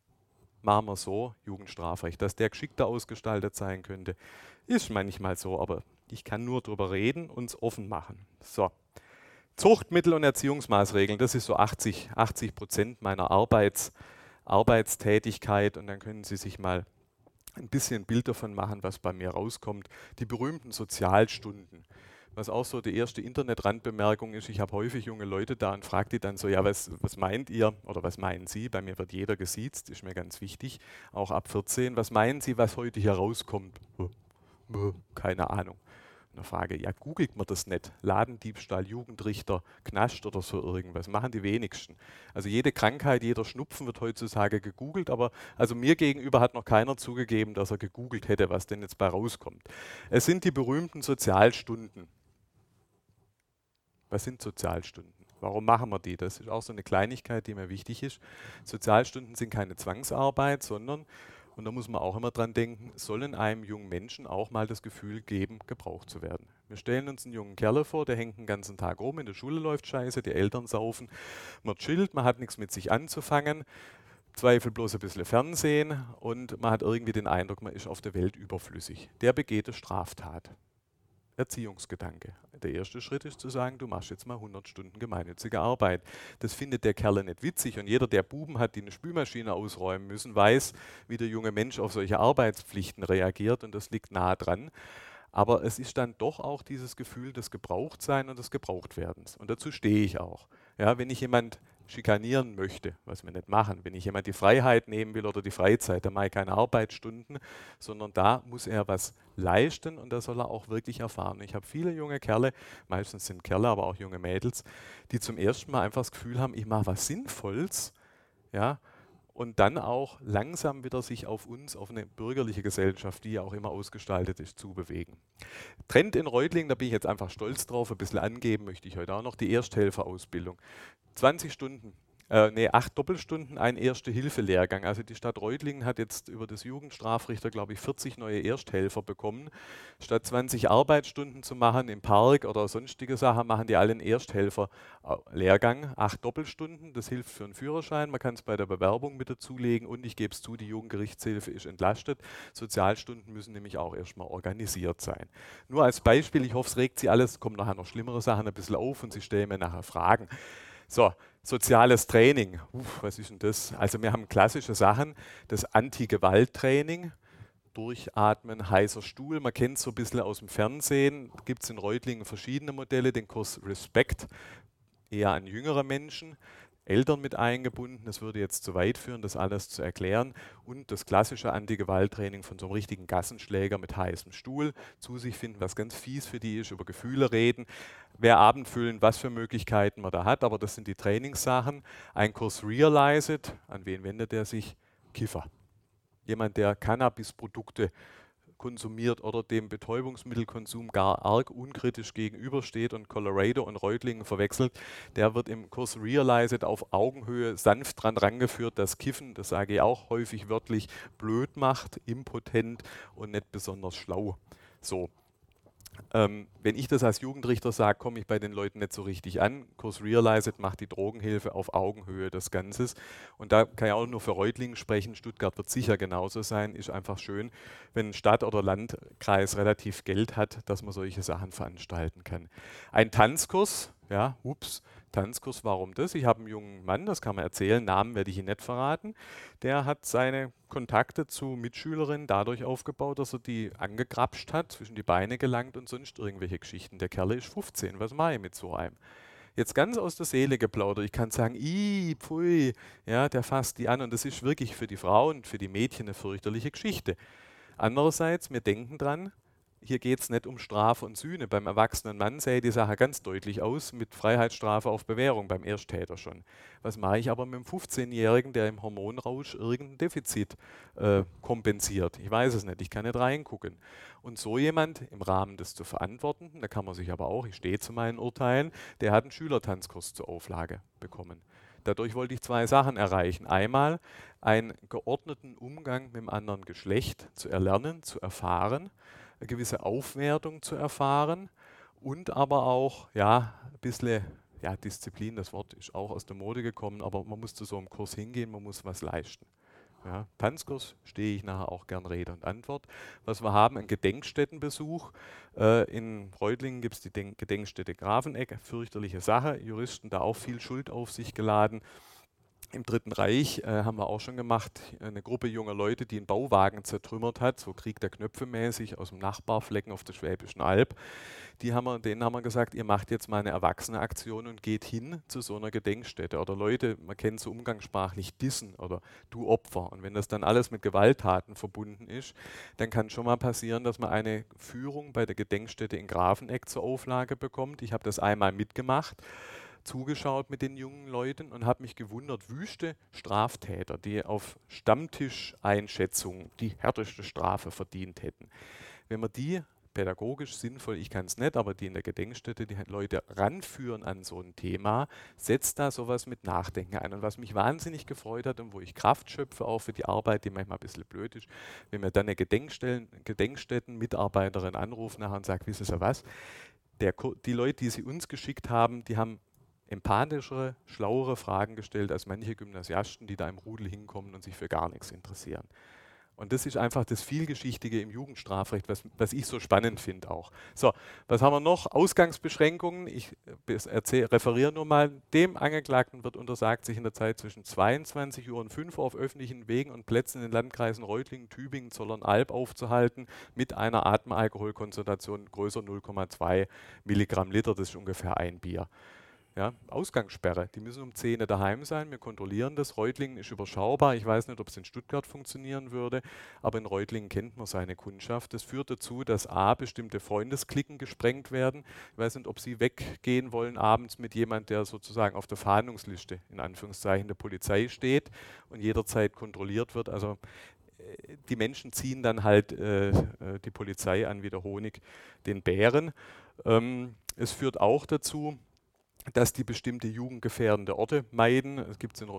machen wir so, Jugendstrafrecht. Dass der geschickter ausgestaltet sein könnte, ist manchmal so, aber ich kann nur darüber reden und es offen machen. So. Zuchtmittel und Erziehungsmaßregeln, das ist so achtzig Prozent meiner Arbeits, Arbeitstätigkeit, und dann können Sie sich mal ein bisschen ein Bild davon machen, was bei mir rauskommt. Die berühmten Sozialstunden. Was auch so die erste Internet-Randbemerkung ist, ich habe häufig junge Leute da und frage die dann so, ja, was, was meint ihr oder was meinen Sie? Bei mir wird jeder gesiezt, ist mir ganz wichtig, auch ab vierzehn. Was meinen Sie, was heute hier rauskommt? Keine Ahnung. Eine Frage, ja, googelt man das nicht? Ladendiebstahl, Jugendrichter, Knast oder so irgendwas, machen die wenigsten. Also jede Krankheit, jeder Schnupfen wird heutzutage gegoogelt, aber also mir gegenüber hat noch keiner zugegeben, dass er gegoogelt hätte, was denn jetzt bei rauskommt. Es sind die berühmten Sozialstunden. Was sind Sozialstunden? Warum machen wir die? Das ist auch so eine Kleinigkeit, die mir wichtig ist. Sozialstunden sind keine Zwangsarbeit, sondern, und da muss man auch immer dran denken, sollen einem jungen Menschen auch mal das Gefühl geben, gebraucht zu werden. Wir stellen uns einen jungen Kerl vor, der hängt den ganzen Tag rum, in der Schule läuft scheiße, die Eltern saufen, man chillt, man hat nichts mit sich anzufangen, Zweifel bloß ein bisschen Fernsehen, und man hat irgendwie den Eindruck, man ist auf der Welt überflüssig. Der begeht eine Straftat. Erziehungsgedanke. Der erste Schritt ist zu sagen, du machst jetzt mal hundert Stunden gemeinnützige Arbeit. Das findet der Kerl nicht witzig, und jeder, der Buben hat, die eine Spülmaschine ausräumen müssen, weiß, wie der junge Mensch auf solche Arbeitspflichten reagiert, und das liegt nahe dran. Aber es ist dann doch auch dieses Gefühl des Gebrauchtsein und des Gebrauchtwerdens, und dazu stehe ich auch. Ja, wenn ich jemand schikanieren möchte, was wir nicht machen, wenn ich jemand die Freiheit nehmen will oder die Freizeit, dann mache ich keine Arbeitsstunden, sondern da muss er was leisten, und das soll er auch wirklich erfahren. Ich habe viele junge Kerle, meistens sind Kerle, aber auch junge Mädels, die zum ersten Mal einfach das Gefühl haben, ich mache was Sinnvolles, ja, und dann auch langsam wieder sich auf uns, auf eine bürgerliche Gesellschaft, die ja auch immer ausgestaltet ist, zu bewegen. Trend in Reutlingen, da bin ich jetzt einfach stolz drauf, ein bisschen angeben möchte ich heute auch noch, die Ersthelferausbildung. zwanzig Stunden, äh, nee, acht Doppelstunden, ein Erste-Hilfe-Lehrgang. Also die Stadt Reutlingen hat jetzt über das Jugendstrafrichter, glaube ich, vierzig neue Ersthelfer bekommen. Statt zwanzig Arbeitsstunden zu machen im Park oder sonstige Sachen, machen die alle einen Ersthelfer-Lehrgang, acht Doppelstunden. Das hilft für einen Führerschein, man kann es bei der Bewerbung mit dazulegen, und ich gebe es zu, die Jugendgerichtshilfe ist entlastet. Sozialstunden müssen nämlich auch erstmal organisiert sein. Nur als Beispiel, ich hoffe, es regt Sie alles, kommen nachher noch schlimmere Sachen ein bisschen auf und Sie stellen mir nachher Fragen. So, Soziales Training, Uff, was ist denn das? Also wir haben klassische Sachen, das Anti-Gewalt-Training, Durchatmen, heißer Stuhl, man kennt es so ein bisschen aus dem Fernsehen, gibt es in Reutlingen verschiedene Modelle, den Kurs Respect, eher an jüngere Menschen, Eltern mit eingebunden, das würde jetzt zu weit führen, das alles zu erklären, und das klassische Anti-Gewalt-Training von so einem richtigen Gassenschläger mit heißem Stuhl, zu sich finden, was ganz fies für die ist, über Gefühle reden, wer abendfüllend, was für Möglichkeiten man da hat, aber das sind die Trainingssachen. Ein Kurs Realize It, an wen wendet er sich? Kiffer. Jemand, der Cannabisprodukte konsumiert oder dem Betäubungsmittelkonsum gar arg unkritisch gegenübersteht und Colorado und Reutlingen verwechselt, der wird im Kurs Realize It auf Augenhöhe sanft dran rangeführt, dass Kiffen, das sage ich auch häufig wörtlich, blöd macht, impotent und nicht besonders schlau. So. Ähm, wenn ich das als Jugendrichter sage, komme ich bei den Leuten nicht so richtig an. Kurs Realize It macht die Drogenhilfe auf Augenhöhe des Ganzes. Und da kann ich auch nur für Reutlingen sprechen. Stuttgart wird sicher genauso sein. Ist einfach schön, wenn Stadt oder Landkreis relativ Geld hat, dass man solche Sachen veranstalten kann. Ein Tanzkurs, ja, ups, Tanzkurs, warum das? Ich habe einen jungen Mann, das kann man erzählen, Namen werde ich Ihnen nicht verraten. Der hat seine Kontakte zu Mitschülerinnen dadurch aufgebaut, dass er die angegrapscht hat, zwischen die Beine gelangt und sonst irgendwelche Geschichten. Der Kerl ist fünfzehn, was mache ich mit so einem? Jetzt ganz aus der Seele geplaudert, ich kann sagen, ih, pfui, ja, der fasst die an, und das ist wirklich für die Frauen und für die Mädchen eine fürchterliche Geschichte. Andererseits, wir denken dran, hier geht es nicht um Strafe und Sühne. Beim erwachsenen Mann sähe die Sache ganz deutlich aus, mit Freiheitsstrafe auf Bewährung, beim Ersttäter schon. Was mache ich aber mit dem fünfzehnjährigen, der im Hormonrausch irgendein Defizit äh, kompensiert? Ich weiß es nicht, ich kann nicht reingucken. Und so jemand im Rahmen des zu Verantwortenden, da kann man sich aber auch, ich stehe zu meinen Urteilen, der hat einen Schülertanzkurs zur Auflage bekommen. Dadurch wollte ich zwei Sachen erreichen. Einmal einen geordneten Umgang mit dem anderen Geschlecht zu erlernen, zu erfahren, eine gewisse Aufwertung zu erfahren und aber auch, ja, ein bisschen, ja, Disziplin, das Wort ist auch aus der Mode gekommen, aber man muss zu so einem Kurs hingehen, man muss was leisten. Ja, Tanzkurs stehe ich nachher auch gern Rede und Antwort. Was wir haben, ein Gedenkstättenbesuch. Äh, in Reutlingen gibt es die Denk Gedenkstätte Grafeneck, fürchterliche Sache, Juristen da auch viel Schuld auf sich geladen. Im Dritten Reich äh, haben wir auch schon gemacht, eine Gruppe junger Leute, die einen Bauwagen zertrümmert hat, so Krieg der Knöpfe mäßig aus dem Nachbarflecken auf der Schwäbischen Alb. Die haben wir, denen haben wir gesagt, ihr macht jetzt mal eine Erwachsene-Aktion und geht hin zu so einer Gedenkstätte. Oder Leute, man kennt so umgangssprachlich dissen oder du Opfer. Und wenn das dann alles mit Gewalttaten verbunden ist, dann kann schon mal passieren, dass man eine Führung bei der Gedenkstätte in Grafeneck zur Auflage bekommt. Ich habe das einmal mitgemacht, zugeschaut mit den jungen Leuten und habe mich gewundert, wüste Straftäter, die auf Stammtischeinschätzung die härteste Strafe verdient hätten. Wenn man die pädagogisch sinnvoll, ich kann es nicht, aber die in der Gedenkstätte die Leute ranführen an so ein Thema, setzt da sowas mit Nachdenken ein. Und was mich wahnsinnig gefreut hat und wo ich Kraft schöpfe, auch für die Arbeit, die manchmal ein bisschen blöd ist, wenn mir dann eine Gedenkstätten-Mitarbeiterin anruft nachher und sagt, wissen Sie was, der, die Leute, die Sie uns geschickt haben, die haben empathischere, schlauere Fragen gestellt als manche Gymnasiasten, die da im Rudel hinkommen und sich für gar nichts interessieren. Und das ist einfach das Vielgeschichtige im Jugendstrafrecht, was, was ich so spannend finde auch. So, was haben wir noch? Ausgangsbeschränkungen. Ich erzähl, referiere nur mal. Dem Angeklagten wird untersagt, sich in der Zeit zwischen zweiundzwanzig Uhr und fünf Uhr auf öffentlichen Wegen und Plätzen in den Landkreisen Reutlingen, Tübingen, Zollernalb aufzuhalten mit einer Atemalkoholkonzentration größer null Komma zwei Milligramm Liter. Das ist ungefähr ein Bier. Ja, Ausgangssperre, die müssen um zehn Uhr daheim sein, wir kontrollieren das. Reutlingen ist überschaubar, ich weiß nicht, ob es in Stuttgart funktionieren würde, aber in Reutlingen kennt man seine Kundschaft. Das führt dazu, dass a, bestimmte Freundesklicken gesprengt werden. Ich weiß nicht, ob Sie weggehen wollen abends mit jemand, der sozusagen auf der Fahndungsliste, in Anführungszeichen, der Polizei steht und jederzeit kontrolliert wird. Also die Menschen ziehen dann halt äh, die Polizei an wie der Honig den Bären. Ähm, es führt auch dazu, dass die bestimmte jugendgefährdende Orte meiden. Es gibt in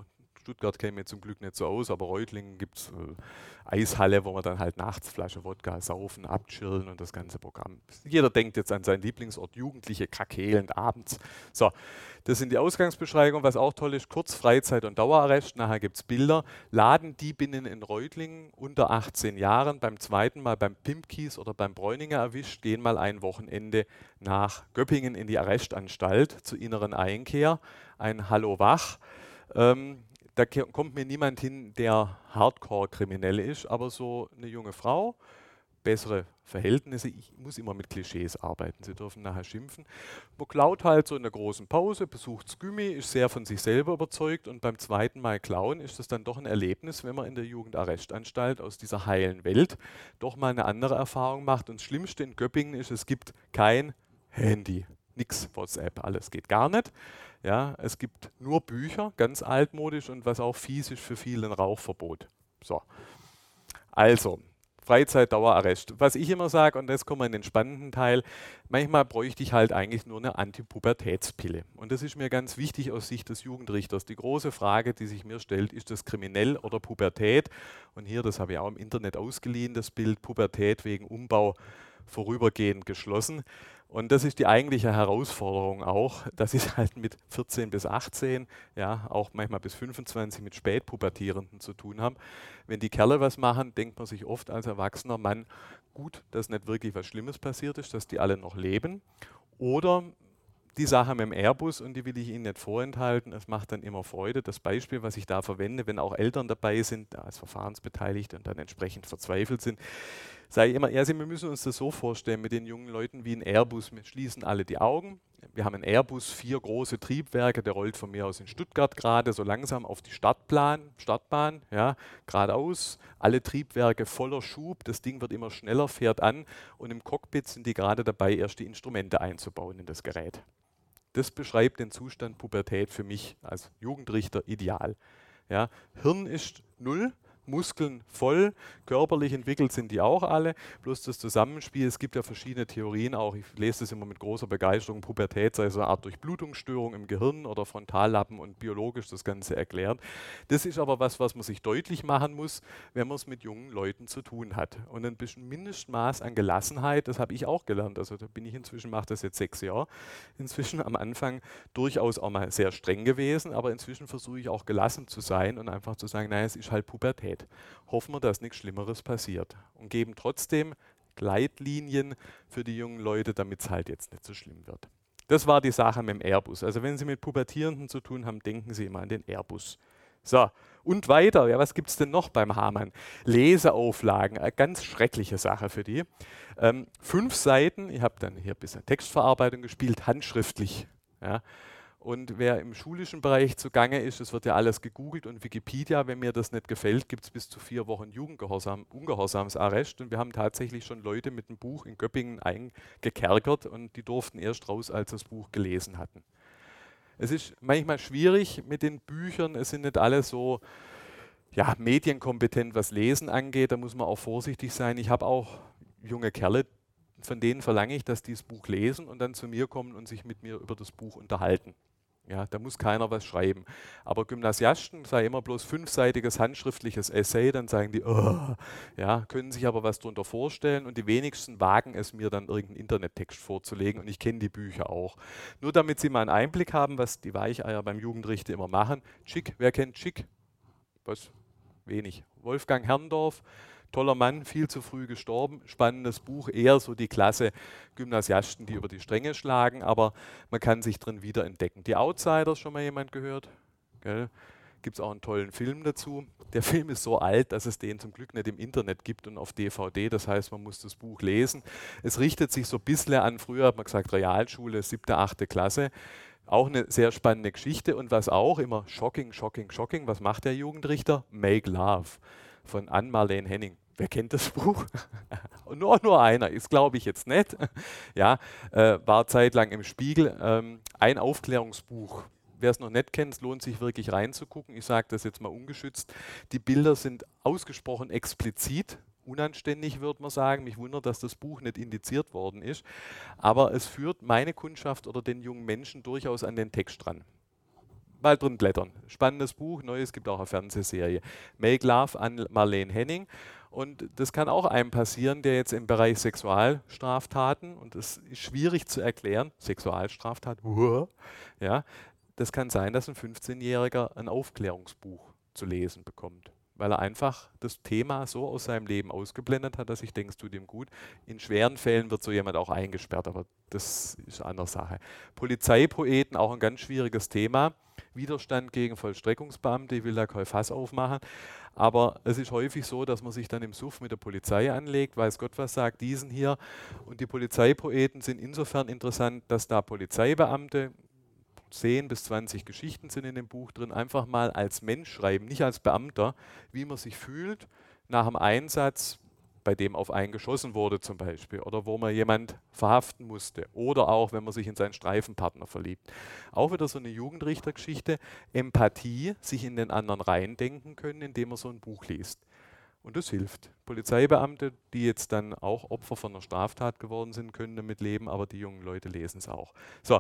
Stuttgart käme mir zum Glück nicht so aus, aber Reutlingen gibt es äh, Eishalle, wo man dann halt nachts Flasche Wodka saufen, abchillen und das ganze Programm. Jeder denkt jetzt an seinen Lieblingsort, Jugendliche krakelend abends. So, das sind die Ausgangsbeschreibungen. Was auch toll ist, Kurz-, Freizeit- und Dauerarrest. Nachher gibt es Bilder. Ladendiebinnen in Reutlingen unter achtzehn Jahren, beim zweiten Mal beim Pimpkies oder beim Bräuninger erwischt, gehen mal ein Wochenende nach Göppingen in die Arrestanstalt zur inneren Einkehr. Ein Hallo wach. Ähm, da kommt mir niemand hin, der Hardcore-Kriminell ist, aber so eine junge Frau, bessere Verhältnisse. Ich muss immer mit Klischees arbeiten, Sie dürfen nachher schimpfen. Man klaut halt so in der großen Pause, besucht das Gymi, ist sehr von sich selber überzeugt und beim zweiten Mal klauen ist das dann doch ein Erlebnis, wenn man in der Jugendarrestanstalt aus dieser heilen Welt doch mal eine andere Erfahrung macht. Und das Schlimmste in Göppingen ist, es gibt kein Handy, nix, WhatsApp, alles geht gar nicht. Ja, es gibt nur Bücher, ganz altmodisch und was auch fies ist für viele, ein Rauchverbot. So, also Freizeit, Dauerarrest. Was ich immer sage, und jetzt kommen wir in den spannenden Teil, manchmal bräuchte ich halt eigentlich nur eine Antipubertätspille. Und das ist mir ganz wichtig aus Sicht des Jugendrichters. Die große Frage, die sich mir stellt, ist das kriminell oder Pubertät? Und hier, das habe ich auch im Internet ausgeliehen, das Bild Pubertät wegen Umbau vorübergehend geschlossen. Und das ist die eigentliche Herausforderung auch, dass ich halt mit vierzehn bis achtzehn, ja, auch manchmal bis fünfundzwanzig mit Spätpubertierenden zu tun habe. Wenn die Kerle was machen, denkt man sich oft als erwachsener Mann, gut, dass nicht wirklich was Schlimmes passiert ist, dass die alle noch leben. Oder die Sache mit dem Airbus, und die will ich Ihnen nicht vorenthalten, es macht dann immer Freude. Das Beispiel, was ich da verwende, wenn auch Eltern dabei sind, als Verfahrensbeteiligte und dann entsprechend verzweifelt sind, sage ich immer, ja, wir müssen uns das so vorstellen mit den jungen Leuten wie ein Airbus. Wir schließen alle die Augen. Wir haben einen Airbus, vier große Triebwerke, der rollt von mir aus in Stuttgart gerade so langsam auf die Startplan, Startbahn, ja, geradeaus, alle Triebwerke voller Schub, das Ding wird immer schneller, fährt an und im Cockpit sind die gerade dabei, erst die Instrumente einzubauen in das Gerät. Das beschreibt den Zustand Pubertät für mich als Jugendrichter ideal. Ja, Hirn ist null, Muskeln voll, körperlich entwickelt sind die auch alle, bloß das Zusammenspiel, es gibt ja verschiedene Theorien auch, ich lese das immer mit großer Begeisterung, Pubertät sei so eine Art Durchblutungsstörung im Gehirn oder Frontallappen und biologisch das Ganze erklärt. Das ist aber was, was man sich deutlich machen muss, wenn man es mit jungen Leuten zu tun hat. Und ein bisschen Mindestmaß an Gelassenheit, das habe ich auch gelernt, also da bin ich inzwischen, mache das jetzt sechs Jahre, inzwischen am Anfang durchaus auch mal sehr streng gewesen, aber inzwischen versuche ich auch gelassen zu sein und einfach zu sagen, naja, es ist halt Pubertät. Hoffen wir, dass nichts Schlimmeres passiert und geben trotzdem Gleitlinien für die jungen Leute, damit es halt jetzt nicht so schlimm wird. Das war die Sache mit dem Airbus. Also wenn Sie mit Pubertierenden zu tun haben, denken Sie immer an den Airbus. So, und weiter, ja, was gibt es denn noch beim Hamann? Leseauflagen, eine ganz schreckliche Sache für die. Ähm, fünf Seiten, ich habe dann hier ein bisschen Textverarbeitung gespielt, handschriftlich. Ja. Und wer im schulischen Bereich zugange ist, es wird ja alles gegoogelt und Wikipedia, wenn mir das nicht gefällt, gibt es bis zu vier Wochen Jugendgehorsam, Ungehorsamsarrest. Und wir haben tatsächlich schon Leute mit dem Buch in Göppingen eingekerkert und die durften erst raus, als sie das Buch gelesen hatten. Es ist manchmal schwierig mit den Büchern, es sind nicht alle so ja, medienkompetent, was Lesen angeht, da muss man auch vorsichtig sein. Ich habe auch junge Kerle, von denen verlange ich, dass die das Buch lesen und dann zu mir kommen und sich mit mir über das Buch unterhalten. Ja, da muss keiner was schreiben. Aber Gymnasiasten, sei immer bloß fünfseitiges handschriftliches Essay, dann sagen die, oh, ja, können sich aber was darunter vorstellen und die wenigsten wagen es mir dann irgendeinen Internettext vorzulegen und ich kenne die Bücher auch. Nur damit Sie mal einen Einblick haben, was die Weicheier beim Jugendrichter immer machen. Schick, wer kennt Schick? Was? Wenig. Wolfgang Herrndorf, toller Mann, viel zu früh gestorben, spannendes Buch, eher so die Klasse Gymnasiasten, die über die Stränge schlagen, aber man kann sich drin wiederentdecken. Die Outsiders, schon mal jemand gehört? Gibt es auch einen tollen Film dazu. Der Film ist so alt, dass es den zum Glück nicht im Internet gibt und auf D V D, das heißt, man muss das Buch lesen. Es richtet sich so ein bisschen an, früher hat man gesagt Realschule, siebte, achte Klasse. Auch eine sehr spannende Geschichte und was auch immer shocking, shocking, shocking, was macht der Jugendrichter? Make Love von Ann-Marlene Henning. Wer kennt das Buch? nur, nur einer, ist glaube ich jetzt nicht. Ja, äh, war zeitlang im Spiegel. Ähm, ein Aufklärungsbuch. Wer es noch nicht kennt, es lohnt sich wirklich reinzugucken. Ich sage das jetzt mal ungeschützt. Die Bilder sind ausgesprochen explizit, unanständig würde man sagen. Mich wundert, dass das Buch nicht indiziert worden ist. Aber es führt meine Kundschaft oder den jungen Menschen durchaus an den Text dran. mal drin blättern. Spannendes Buch, neues, gibt auch eine Fernsehserie. Make Love an Marlene Henning. Und das kann auch einem passieren, der jetzt im Bereich Sexualstraftaten, und das ist schwierig zu erklären, Sexualstraftat, uh, ja, das kann sein, dass ein fünfzehnjähriger ein Aufklärungsbuch zu lesen bekommt, weil er einfach das Thema so aus seinem Leben ausgeblendet hat, dass ich denke, es tut ihm gut. In schweren Fällen wird so jemand auch eingesperrt, aber das ist eine andere Sache. Polizeipoeten, auch ein ganz schwieriges Thema. Widerstand gegen Vollstreckungsbeamte, ich will da kein Fass aufmachen, aber es ist häufig so, dass man sich dann im Suff mit der Polizei anlegt, weiß Gott was sagt, diesen hier. Und die Polizeipoeten sind insofern interessant, dass da Polizeibeamte, zehn bis zwanzig Geschichten sind in dem Buch drin, einfach mal als Mensch schreiben, nicht als Beamter, wie man sich fühlt nach einem Einsatz, bei dem auf einen geschossen wurde zum Beispiel, oder wo man jemand verhaften musste, oder auch, wenn man sich in seinen Streifenpartner verliebt. Auch wieder so eine Jugendrichtergeschichte, Empathie, sich in den anderen reindenken können, indem man so ein Buch liest. Und das hilft. Polizeibeamte, die jetzt dann auch Opfer von einer Straftat geworden sind, können damit leben, aber die jungen Leute lesen es auch. So.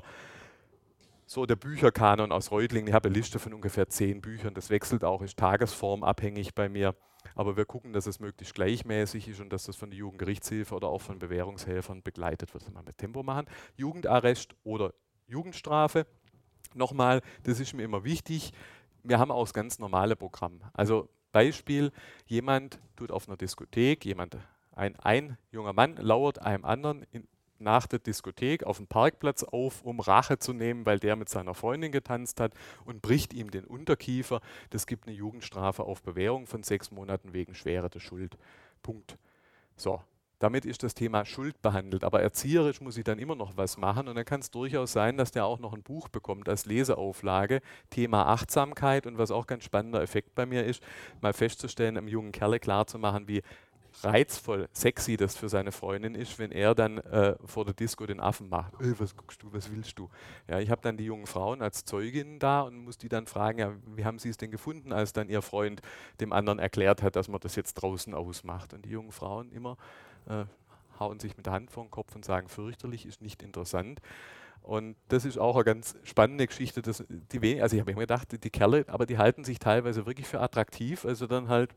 So, der Bücherkanon aus Reutlingen. Ich habe eine Liste von ungefähr zehn Büchern. Das wechselt auch, ist tagesformabhängig bei mir. Aber wir gucken, dass es möglichst gleichmäßig ist und dass das von der Jugendgerichtshilfe oder auch von Bewährungshelfern begleitet wird. Das mal mit Tempo machen. Jugendarrest oder Jugendstrafe. Nochmal, das ist mir immer wichtig. Wir haben auch das ganz normale Programm. Also Beispiel, jemand tut auf einer Diskothek, jemand, ein, ein junger Mann lauert einem anderen in nach der Diskothek auf dem Parkplatz auf, um Rache zu nehmen, weil der mit seiner Freundin getanzt hat und bricht ihm den Unterkiefer. Das gibt eine Jugendstrafe auf Bewährung von sechs Monaten wegen Schwere der Schuld. Punkt. So, damit ist das Thema Schuld behandelt. Aber erzieherisch muss ich dann immer noch was machen und dann kann es durchaus sein, dass der auch noch ein Buch bekommt als Leseauflage. Thema Achtsamkeit und was auch ganz spannender Effekt bei mir ist, mal festzustellen, einem jungen Kerle klarzumachen, wie reizvoll, sexy das für seine Freundin ist, wenn er dann äh, vor der Disco den Affen macht. Äh, was guckst du, was willst du? Ja, ich habe dann die jungen Frauen als Zeuginnen da und muss die dann fragen, ja, wie haben sie es denn gefunden, als dann ihr Freund dem anderen erklärt hat, dass man das jetzt draußen ausmacht. Und die jungen Frauen immer äh, hauen sich mit der Hand vor den Kopf und sagen, fürchterlich, ist nicht interessant. Und das ist auch eine ganz spannende Geschichte. Dass die, also ich habe mir gedacht, die Kerle, aber die halten sich teilweise wirklich für attraktiv, also dann halt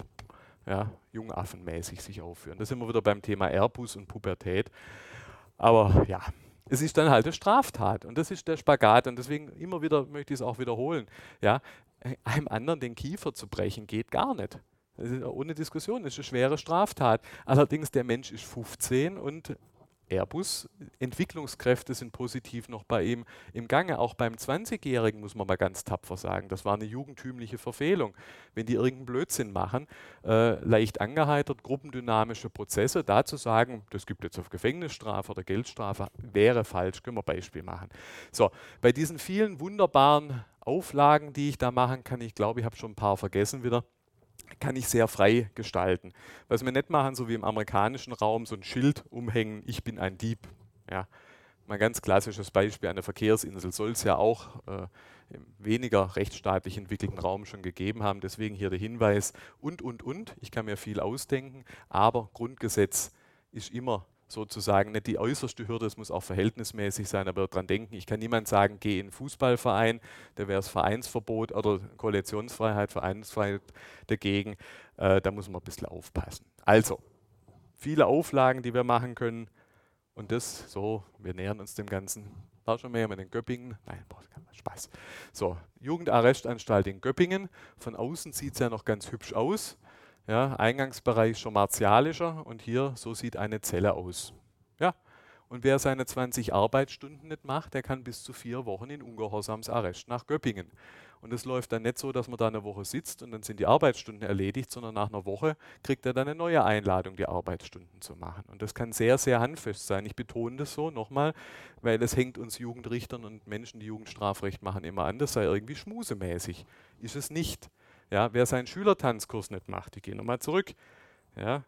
ja, jungaffenmäßig sich aufführen. Da sind wir wieder beim Thema Erbus und Pubertät. Aber ja, es ist dann halt eine Straftat und das ist der Spagat und deswegen immer wieder möchte ich es auch wiederholen. Ja, einem anderen den Kiefer zu brechen geht gar nicht. Das ist ohne Diskussion, das ist eine schwere Straftat. Allerdings der Mensch ist fünfzehn und Airbus, Entwicklungskräfte sind positiv noch bei ihm im Gange. Auch beim zwanzigjährigen muss man mal ganz tapfer sagen, das war eine jugendtümliche Verfehlung. Wenn die irgendeinen Blödsinn machen, äh, leicht angeheitert, gruppendynamische Prozesse, da zu sagen, das gibt jetzt auf Gefängnisstrafe oder Geldstrafe, wäre falsch, können wir ein Beispiel machen. So, bei diesen vielen wunderbaren Auflagen, die ich da machen kann, ich glaube, ich habe schon ein paar vergessen wieder, kann ich sehr frei gestalten. Was wir nicht machen, so wie im amerikanischen Raum, so ein Schild umhängen, ich bin ein Dieb. Ja, mal ein ganz klassisches Beispiel, eine Verkehrsinsel soll es ja auch äh, im weniger rechtsstaatlich entwickelten Raum schon gegeben haben. Deswegen hier der Hinweis und, und, und. Ich kann mir viel ausdenken, aber Grundgesetz ist immer sozusagen nicht die äußerste Hürde, es muss auch verhältnismäßig sein, aber dran denken, ich kann niemand sagen, geh in einen Fußballverein, da wäre es Vereinsverbot oder Koalitionsfreiheit, Vereinsfreiheit dagegen, äh, da muss man ein bisschen aufpassen. Also, viele Auflagen, die wir machen können und das so, wir nähern uns dem Ganzen. War schon mehr mit den Göppingen? Nein, boah, Spaß. So, Jugendarrestanstalt in Göppingen, von außen sieht es ja noch ganz hübsch aus. Ja, Eingangsbereich schon martialischer und hier, so sieht eine Zelle aus. Ja, und wer seine zwanzig Arbeitsstunden nicht macht, der kann bis zu vier Wochen in Ungehorsamsarrest nach Göppingen. Und es läuft dann nicht so, dass man da eine Woche sitzt und dann sind die Arbeitsstunden erledigt, sondern nach einer Woche kriegt er dann eine neue Einladung, die Arbeitsstunden zu machen. Und das kann sehr, sehr handfest sein. Ich betone das so nochmal, weil es hängt uns Jugendrichtern und Menschen, die Jugendstrafrecht machen, immer an, das sei irgendwie schmusemäßig. Ist es nicht. Ja, wer seinen Schülertanzkurs nicht macht, ich gehe nochmal zurück. Ja,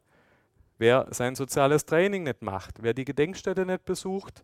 wer sein soziales Training nicht macht, wer die Gedenkstätte nicht besucht,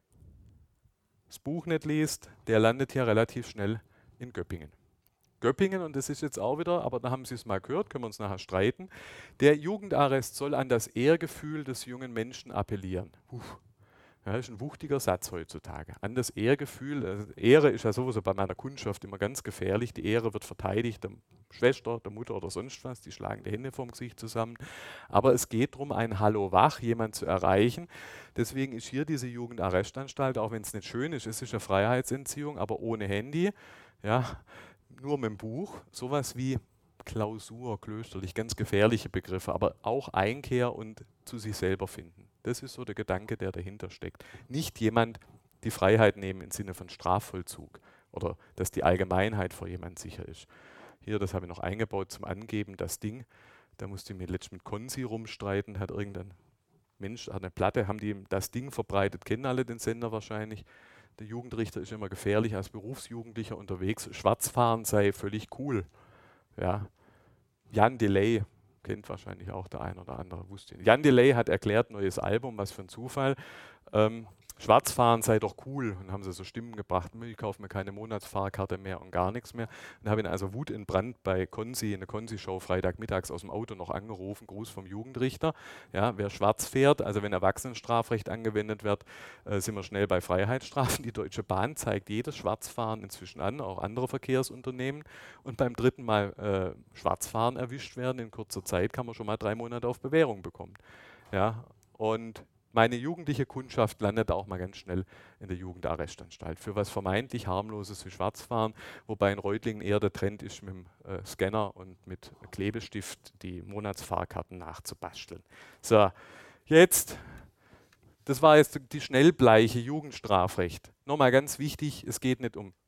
das Buch nicht liest, der landet hier relativ schnell in Göppingen. Göppingen, und das ist jetzt auch wieder, aber da haben Sie es mal gehört, können wir uns nachher streiten, der Jugendarrest soll an das Ehrgefühl des jungen Menschen appellieren. Puh. Ja, das ist ein wuchtiger Satz heutzutage. An das Ehrgefühl, also Ehre ist ja sowieso bei meiner Kundschaft immer ganz gefährlich. Die Ehre wird verteidigt, der Schwester, der Mutter oder sonst was, die schlagen die Hände vorm Gesicht zusammen. Aber es geht darum, ein Hallo wach, jemand zu erreichen. Deswegen ist hier diese Jugendarrestanstalt, auch wenn es nicht schön ist, es ist eine Freiheitsentziehung, aber ohne Handy, ja, nur mit dem Buch, sowas wie Klausur, klösterlich, ganz gefährliche Begriffe, aber auch Einkehr und zu sich selber finden. Das ist so der Gedanke, der dahinter steckt. Nicht jemand die Freiheit nehmen im Sinne von Strafvollzug oder dass die Allgemeinheit vor jemand sicher ist. Hier, das habe ich noch eingebaut zum Angeben, das Ding, da musste ich mir letztens mit Konzi rumstreiten, hat irgendein Mensch, hat eine Platte, haben die das Ding verbreitet, kennen alle den Sender wahrscheinlich. Der Jugendrichter ist immer gefährlich als Berufsjugendlicher unterwegs. Schwarzfahren sei völlig cool. Ja. Jan Delay, kennt wahrscheinlich auch der ein oder andere, wusste ihn. Jan Delay hat erklärt, neues Album, was für ein Zufall. Ähm, Schwarzfahren sei doch cool. Und haben sie so Stimmen gebracht, ich kaufe mir keine Monatsfahrkarte mehr und gar nichts mehr. Und habe ihn also Wut in Brand bei Konzi, in der Konzi-Show Freitagmittags aus dem Auto noch angerufen, Gruß vom Jugendrichter. Ja, wer schwarz fährt, also wenn Erwachsenenstrafrecht angewendet wird, äh, sind wir schnell bei Freiheitsstrafen. Die Deutsche Bahn zeigt jedes Schwarzfahren inzwischen an, auch andere Verkehrsunternehmen. Und beim dritten Mal äh, Schwarzfahren erwischt werden, in kurzer Zeit kann man schon mal drei Monate auf Bewährung bekommen. Ja, und meine jugendliche Kundschaft landet auch mal ganz schnell in der Jugendarrestanstalt für was vermeintlich harmloses wie Schwarzfahren, wobei in Reutlingen eher der Trend ist, mit dem äh, Scanner und mit Klebestift die Monatsfahrkarten nachzubasteln. So, jetzt, das war jetzt die Schnellbleiche Jugendstrafrecht. Nochmal ganz wichtig, es geht nicht um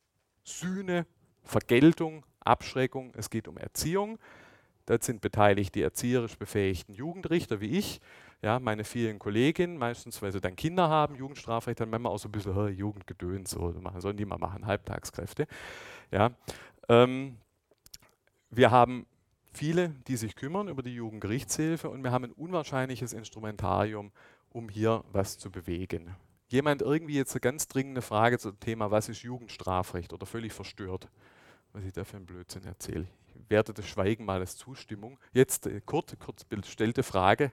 Sühne, Vergeltung, Abschreckung, es geht um Erziehung. Dort sind beteiligt die erzieherisch befähigten Jugendrichter wie ich, ja, meine vielen Kolleginnen, meistens, weil sie dann Kinder haben, Jugendstrafrecht, dann manchmal auch so ein bisschen oh, Jugendgedöns, so machen, sollen die mal machen, Halbtagskräfte. Ja. Ähm, wir haben viele, die sich kümmern über die Jugendgerichtshilfe und wir haben ein unwahrscheinliches Instrumentarium, um hier was zu bewegen. Jemand irgendwie jetzt eine ganz dringende Frage zum Thema, was ist Jugendstrafrecht oder völlig verstört, was ich da für einen Blödsinn erzähle. Ich werte das Schweigen mal als Zustimmung. Jetzt äh, Kurt, Kurt stellte Frage.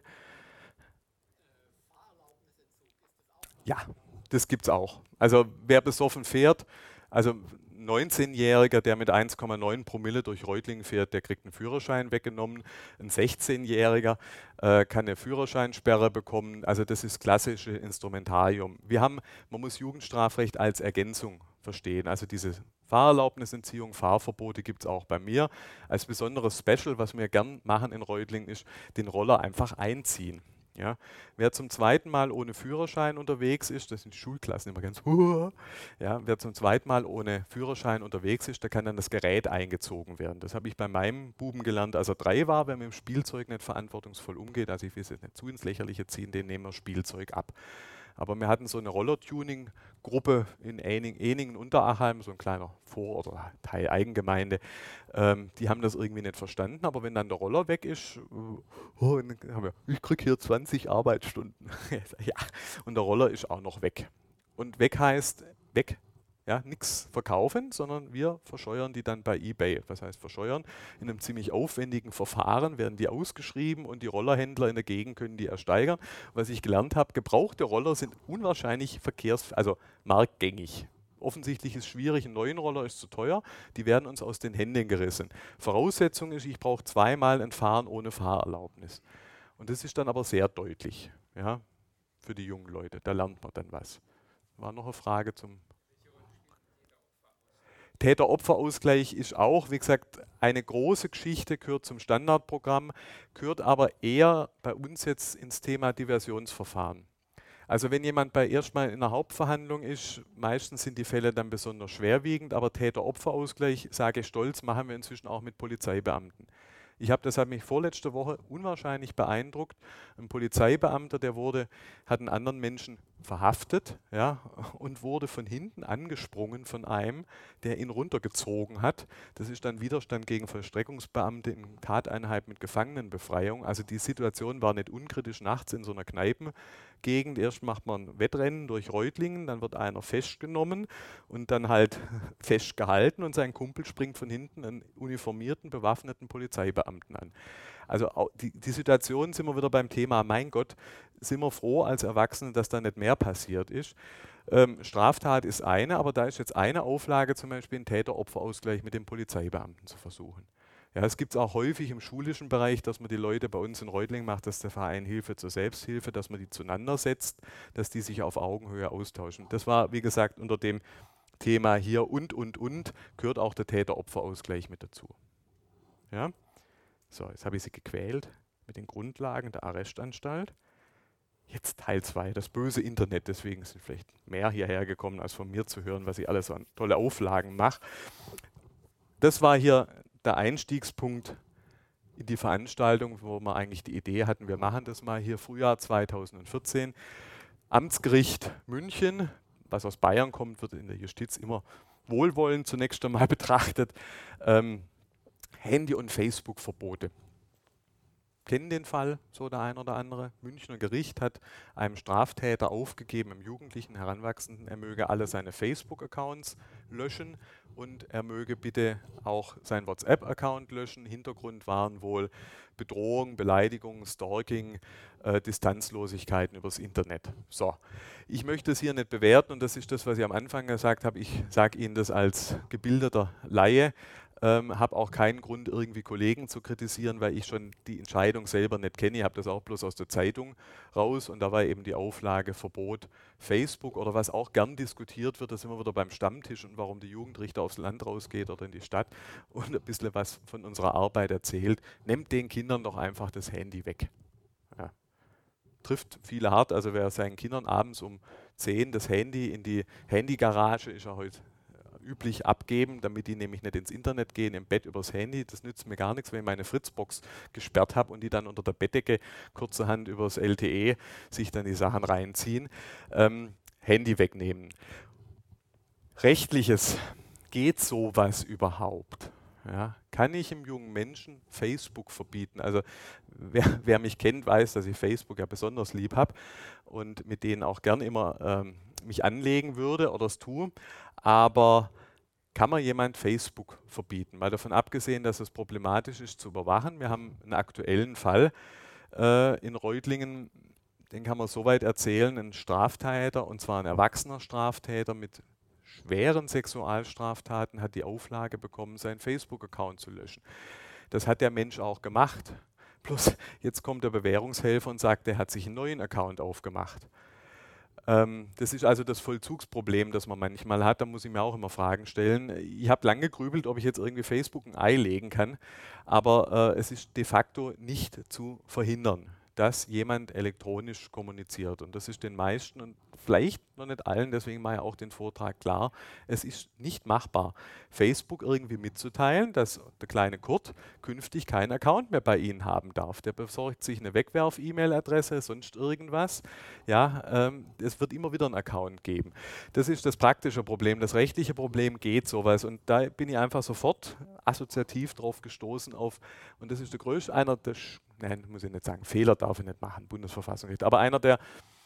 Ja, das gibt es auch. Also wer besoffen fährt, also ein neunzehnjähriger, der mit eins Komma neun Promille durch Reutlingen fährt, der kriegt einen Führerschein weggenommen. Ein sechzehnjähriger äh, kann eine Führerscheinsperre bekommen. Also das ist klassische Instrumentarium. Wir haben, man muss Jugendstrafrecht als Ergänzung verstehen. Also diese Fahrerlaubnisentziehung, Fahrverbote gibt es auch bei mir. Als besonderes Special, was wir gern machen in Reutlingen, ist den Roller einfach einziehen. Ja, wer zum zweiten Mal ohne Führerschein unterwegs ist, das sind die Schulklassen immer ganz, ja, wer zum zweiten Mal ohne Führerschein unterwegs ist, der kann dann das Gerät eingezogen werden. Das habe ich bei meinem Buben gelernt, als er drei war, wenn man mit dem Spielzeug nicht verantwortungsvoll umgeht. Also ich will es jetzt nicht zu ins Lächerliche ziehen, den nehmen wir Spielzeug ab. Aber wir hatten so eine Roller-Tuning-Gruppe in Eningen, Unterachheim, so ein kleiner Vor- oder Teil Eigengemeinde. Ähm, die haben das irgendwie nicht verstanden, aber wenn dann der Roller weg ist, oh, dann haben wir, ich kriege hier zwanzig Arbeitsstunden. Ja, und der Roller ist auch noch weg. Und weg heißt weg. Ja, nichts verkaufen, sondern wir verscheuern die dann bei eBay. Was heißt verscheuern? In einem ziemlich aufwendigen Verfahren werden die ausgeschrieben und die Rollerhändler in der Gegend können die ersteigern. Was ich gelernt habe, gebrauchte Roller sind unwahrscheinlich verkehrs-, also marktgängig. Offensichtlich ist es schwierig, ein neuen Roller ist zu teuer, die werden uns aus den Händen gerissen. Voraussetzung ist, ich brauche zweimal ein Fahren ohne Fahrerlaubnis. Und das ist dann aber sehr deutlich, ja, für die jungen Leute. Da lernt man dann was. War noch eine Frage zum Täter-Opfer-Ausgleich ist auch, wie gesagt, eine große Geschichte, gehört zum Standardprogramm, gehört aber eher bei uns jetzt ins Thema Diversionsverfahren. Also wenn jemand bei erstmal in einer Hauptverhandlung ist, meistens sind die Fälle dann besonders schwerwiegend, aber Täter-Opfer-Ausgleich, sage ich stolz, machen wir inzwischen auch mit Polizeibeamten. Ich habe, das hat mich vorletzte Woche unwahrscheinlich beeindruckt. Ein Polizeibeamter, der wurde, hat einen anderen Menschen verhaftet, ja, und wurde von hinten angesprungen von einem, der ihn runtergezogen hat. Das ist dann Widerstand gegen Vollstreckungsbeamte in Tateinheit mit Gefangenenbefreiung. Also die Situation war nicht unkritisch nachts in so einer Kneipengegend. Erst macht man ein Wettrennen durch Reutlingen, dann wird einer festgenommen und dann halt festgehalten und sein Kumpel springt von hinten einen uniformierten, bewaffneten Polizeibeamten an. Also die, die Situation, sind wir wieder beim Thema, mein Gott, sind wir froh als Erwachsene, dass da nicht mehr passiert ist. Ähm, Straftat ist eine, aber da ist jetzt eine Auflage, zum Beispiel einen Täter-Opfer-Ausgleich mit dem Polizeibeamten zu versuchen. Ja, es gibt es auch häufig im schulischen Bereich, dass man die Leute bei uns in Reutlingen macht, dass der Verein Hilfe zur Selbsthilfe, dass man die zueinander setzt, dass die sich auf Augenhöhe austauschen. Das war, wie gesagt, unter dem Thema hier und, und, und, gehört auch der Täter-Opfer-Ausgleich mit dazu. Ja? So, jetzt habe ich Sie gequält mit den Grundlagen der Arrestanstalt. Jetzt Teil zwei, das böse Internet. Deswegen sind vielleicht mehr hierher gekommen, als von mir zu hören, was ich alles so an tolle Auflagen mache. Das war hier der Einstiegspunkt in die Veranstaltung, wo wir eigentlich die Idee hatten, wir machen das mal hier Frühjahr zweitausendvierzehn. Amtsgericht München, was aus Bayern kommt, wird in der Justiz immer wohlwollend zunächst einmal betrachtet. Ähm, Handy- und Facebook-Verbote. Kennen den Fall, so der ein oder andere. Münchner Gericht hat einem Straftäter aufgegeben, einem Jugendlichen, Heranwachsenden, er möge alle seine Facebook-Accounts löschen und er möge bitte auch seinen WhatsApp-Account löschen. Hintergrund waren wohl Bedrohung, Beleidigung, Stalking, äh, Distanzlosigkeiten übers Internet. So, ich möchte es hier nicht bewerten und das ist das, was ich am Anfang gesagt habe. Ich sage Ihnen das als gebildeter Laie. Ähm, habe auch keinen Grund, irgendwie Kollegen zu kritisieren, weil ich schon die Entscheidung selber nicht kenne. Ich habe das auch bloß aus der Zeitung raus und da war eben die Auflage Verbot Facebook oder was auch gern diskutiert wird, da sind wir wieder beim Stammtisch und warum die Jugendrichter aufs Land rausgeht oder in die Stadt und ein bisschen was von unserer Arbeit erzählt. Nehmt den Kindern doch einfach das Handy weg. Ja. Trifft viele hart, also wer seinen Kindern abends um zehn das Handy in die Handygarage, ist ja heute üblich abgeben, damit die nämlich nicht ins Internet gehen, im Bett übers Handy. Das nützt mir gar nichts, wenn ich meine Fritzbox gesperrt habe und die dann unter der Bettdecke kurzerhand übers L T E sich dann die Sachen reinziehen. Ähm, Handy wegnehmen. Rechtliches, geht sowas überhaupt? Ja, kann ich einem jungen Menschen Facebook verbieten? Also wer, wer mich kennt, weiß, dass ich Facebook ja besonders lieb habe und mit denen auch gern immer ähm, mich anlegen würde oder es tue. Aber kann man jemand Facebook verbieten? Mal davon abgesehen, dass es problematisch ist zu überwachen. Wir haben einen aktuellen Fall äh, in Reutlingen, den kann man soweit erzählen, ein Straftäter, und zwar ein erwachsener Straftäter mit schweren Sexualstraftaten, hat die Auflage bekommen, seinen Facebook-Account zu löschen. Das hat der Mensch auch gemacht. Bloß jetzt kommt der Bewährungshelfer und sagt, er hat sich einen neuen Account aufgemacht. Ähm, das ist also das Vollzugsproblem, das man manchmal hat. Da muss ich mir auch immer Fragen stellen. Ich habe lange gegrübelt, ob ich jetzt irgendwie Facebook ein Ei legen kann, aber äh, es ist de facto nicht zu verhindern, dass jemand elektronisch kommuniziert. Und das ist den meisten und vielleicht noch nicht allen, deswegen mache ich auch den Vortrag klar, es ist nicht machbar, Facebook irgendwie mitzuteilen, dass der kleine Kurt künftig keinen Account mehr bei Ihnen haben darf. Der besorgt sich eine Wegwerf-E-Mail-Adresse, sonst irgendwas. Ja, ähm, es wird immer wieder einen Account geben. Das ist das praktische Problem. Das rechtliche Problem geht sowas. Und da bin ich einfach sofort assoziativ drauf gestoßen auf, und das ist der größte, einer der, nein, muss ich nicht sagen, Fehler darf ich nicht machen, Bundesverfassungsgericht, aber einer der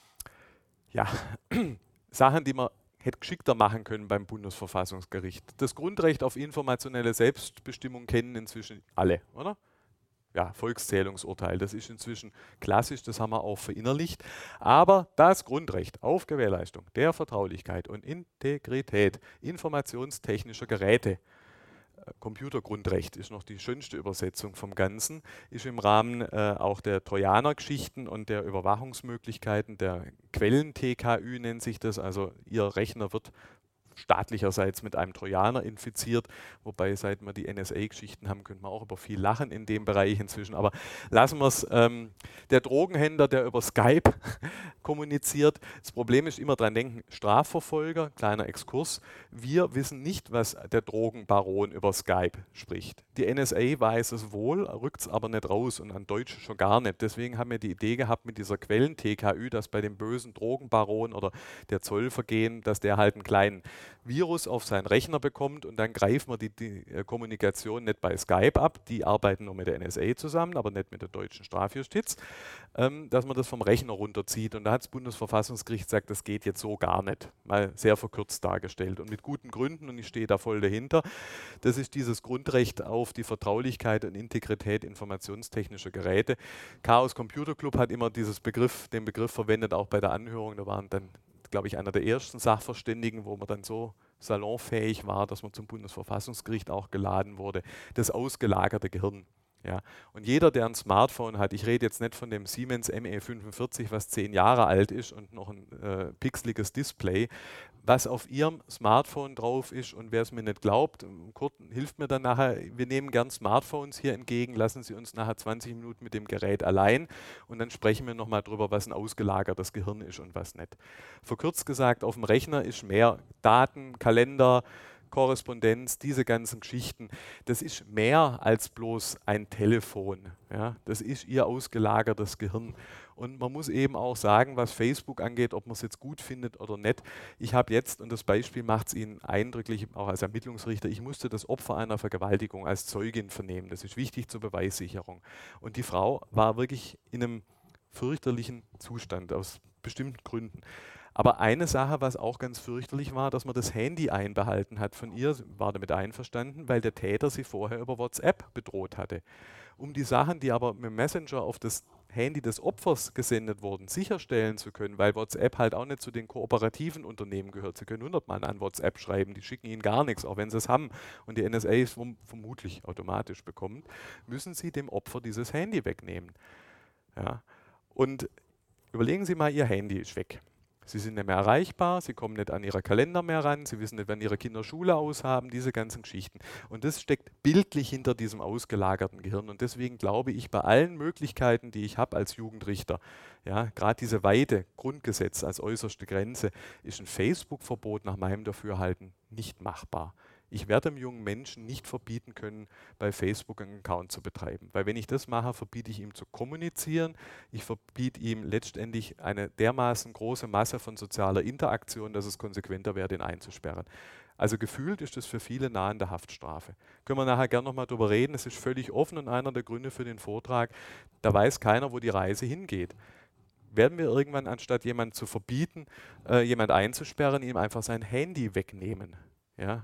ja, Sachen, die man hätte geschickter machen können beim Bundesverfassungsgericht. Das Grundrecht auf informationelle Selbstbestimmung kennen inzwischen alle, oder? Ja, Volkszählungsurteil, das ist inzwischen klassisch, das haben wir auch verinnerlicht. Aber das Grundrecht auf Gewährleistung der Vertraulichkeit und Integrität informationstechnischer Geräte, Computergrundrecht ist noch die schönste Übersetzung vom Ganzen, ist im Rahmen äh, auch der Trojaner-Geschichten und der Überwachungsmöglichkeiten der Quellen-T K Ü nennt sich das, also Ihr Rechner wird staatlicherseits mit einem Trojaner infiziert, wobei seit wir die N S A-Geschichten haben, könnte man auch über viel lachen in dem Bereich inzwischen, aber lassen wir es. Ähm, der Drogenhändler, der über Skype kommuniziert, das Problem ist immer dran denken, Strafverfolger, kleiner Exkurs, wir wissen nicht, was der Drogenbaron über Skype spricht. Die N S A weiß es wohl, rückt es aber nicht raus und an Deutsch schon gar nicht. Deswegen haben wir die Idee gehabt mit dieser Quellen-T K Ü, dass bei dem bösen Drogenbaron oder der Zollvergehen, dass der halt einen kleinen Virus auf seinen Rechner bekommt und dann greifen wir die, die äh, Kommunikation nicht bei Skype ab, die arbeiten nur mit der N S A zusammen, aber nicht mit der deutschen Strafjustiz, ähm, dass man das vom Rechner runterzieht. Und da hat das Bundesverfassungsgericht gesagt, das geht jetzt so gar nicht, mal sehr verkürzt dargestellt und mit guten Gründen, und ich stehe da voll dahinter. Das ist dieses Grundrecht auf die Vertraulichkeit und Integrität informationstechnischer Geräte. Chaos Computer Club hat immer dieses Begriff, den Begriff verwendet, auch bei der Anhörung. Da waren dann, glaube ich, einer der ersten Sachverständigen, wo man dann so salonfähig war, dass man zum Bundesverfassungsgericht auch geladen wurde, das ausgelagerte Gehirn. Ja. Und jeder, der ein Smartphone hat, ich rede jetzt nicht von dem Siemens M E fünfundvierzig, was zehn Jahre alt ist und noch ein äh, pixeliges Display, was auf Ihrem Smartphone drauf ist, und wer es mir nicht glaubt, Kurt hilft mir dann nachher, wir nehmen gern Smartphones hier entgegen, lassen Sie uns nachher zwanzig Minuten mit dem Gerät allein und dann sprechen wir nochmal drüber, was ein ausgelagertes Gehirn ist und was nicht. Verkürzt gesagt, auf dem Rechner ist mehr Daten, Kalender, Korrespondenz, diese ganzen Geschichten, das ist mehr als bloß ein Telefon. Ja? Das ist Ihr ausgelagertes Gehirn. Und man muss eben auch sagen, was Facebook angeht, ob man es jetzt gut findet oder nicht. Ich habe jetzt, und das Beispiel macht es Ihnen eindrücklich, auch als Ermittlungsrichter, ich musste das Opfer einer Vergewaltigung als Zeugin vernehmen. Das ist wichtig zur Beweissicherung. Und die Frau war wirklich in einem fürchterlichen Zustand, aus bestimmten Gründen. Aber eine Sache, was auch ganz fürchterlich war, dass man das Handy einbehalten hat von ihr, sie war damit einverstanden, weil der Täter sie vorher über WhatsApp bedroht hatte. Um die Sachen, die aber mit dem Messenger auf das Handy des Opfers gesendet wurden, sicherstellen zu können, weil WhatsApp halt auch nicht zu den kooperativen Unternehmen gehört. Sie können hundertmal an WhatsApp schreiben, die schicken Ihnen gar nichts, auch wenn Sie es haben und die N S A es vermutlich automatisch bekommt, müssen Sie dem Opfer dieses Handy wegnehmen. Ja. Und überlegen Sie mal, Ihr Handy ist weg. Sie sind nicht mehr erreichbar, Sie kommen nicht an Ihre Kalender mehr ran, Sie wissen nicht, wann Ihre Kinder Schule aushaben, diese ganzen Geschichten. Und das steckt bildlich hinter diesem ausgelagerten Gehirn. Und deswegen glaube ich, bei allen Möglichkeiten, die ich habe als Jugendrichter, ja, gerade diese Weite, Grundgesetz als äußerste Grenze, ist ein Facebook-Verbot nach meinem Dafürhalten nicht machbar. Ich werde dem jungen Menschen nicht verbieten können, bei Facebook einen Account zu betreiben. Weil wenn ich das mache, verbiete ich ihm zu kommunizieren. Ich verbiete ihm letztendlich eine dermaßen große Masse von sozialer Interaktion, dass es konsequenter wäre, den einzusperren. Also gefühlt ist das für viele nah an der Haftstrafe. Können wir nachher gerne nochmal drüber reden. Es ist völlig offen und einer der Gründe für den Vortrag, da weiß keiner, wo die Reise hingeht. Werden wir irgendwann, anstatt jemanden zu verbieten, äh, jemanden einzusperren, ihm einfach sein Handy wegnehmen? Ja?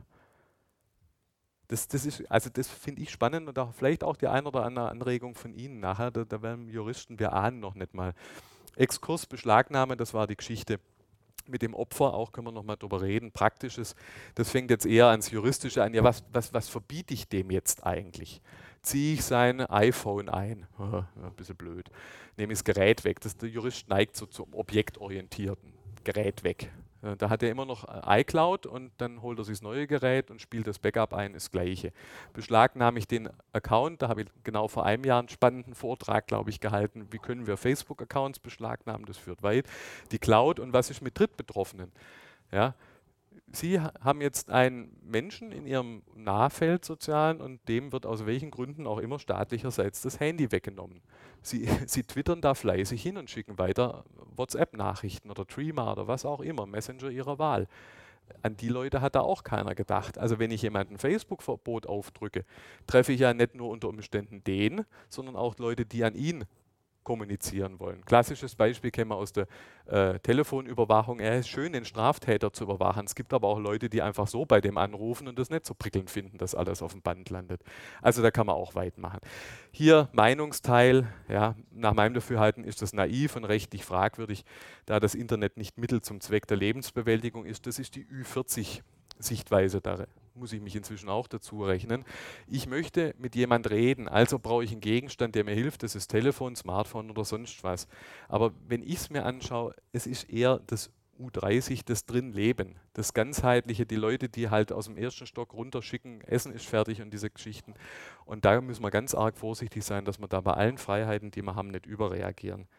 Das, das ist, also das finde ich spannend und auch vielleicht auch die ein oder andere Anregung von Ihnen nachher. Da, da werden Juristen, wir ahnen noch nicht mal. Exkurs, Beschlagnahme, das war die Geschichte mit dem Opfer, auch können wir noch mal drüber reden. Praktisches, das fängt jetzt eher ans Juristische an. Ja, was, was, was verbiete ich dem jetzt eigentlich? Ziehe ich sein iPhone ein? Ja, ein bisschen blöd. Nehme ich das Gerät weg. Das, der Jurist neigt so zum objektorientierten Gerät weg. Da hat er immer noch iCloud und dann holt er sich das neue Gerät und spielt das Backup ein, das gleiche. Beschlagnahme ich den Account, da habe ich genau vor einem Jahr einen spannenden Vortrag, glaube ich, gehalten, wie können wir Facebook-Accounts beschlagnahmen, das führt weit. Die Cloud und was ist mit Drittbetroffenen? Ja, Sie haben jetzt einen Menschen in Ihrem Nahfeld sozialen und dem wird aus welchen Gründen auch immer staatlicherseits das Handy weggenommen. Sie, Sie twittern da fleißig hin und schicken weiter WhatsApp-Nachrichten oder Threema oder was auch immer, Messenger Ihrer Wahl. An die Leute hat da auch keiner gedacht. Also wenn ich jemandem Facebook-Verbot aufdrücke, treffe ich ja nicht nur unter Umständen den, sondern auch Leute, die an ihn kommunizieren wollen. Klassisches Beispiel kennen wir aus der äh, Telefonüberwachung. Er ist schön, den Straftäter zu überwachen. Es gibt aber auch Leute, die einfach so bei dem anrufen und das nicht so prickelnd finden, dass alles auf dem Band landet. Also da kann man auch weit machen. Hier Meinungsteil, ja, nach meinem Dafürhalten ist das naiv und rechtlich fragwürdig, da das Internet nicht Mittel zum Zweck der Lebensbewältigung ist. Das ist die Ü vierzig Sichtweise da. Muss ich mich inzwischen auch dazu rechnen. Ich möchte mit jemand reden, also brauche ich einen Gegenstand, der mir hilft, das ist Telefon, Smartphone oder sonst was. Aber wenn ich es mir anschaue, es ist eher das U dreißig, das drin leben, das Ganzheitliche, die Leute, die halt aus dem ersten Stock runterschicken, Essen ist fertig und diese Geschichten. Und da müssen wir ganz arg vorsichtig sein, dass wir da bei allen Freiheiten, die wir haben, nicht überreagieren.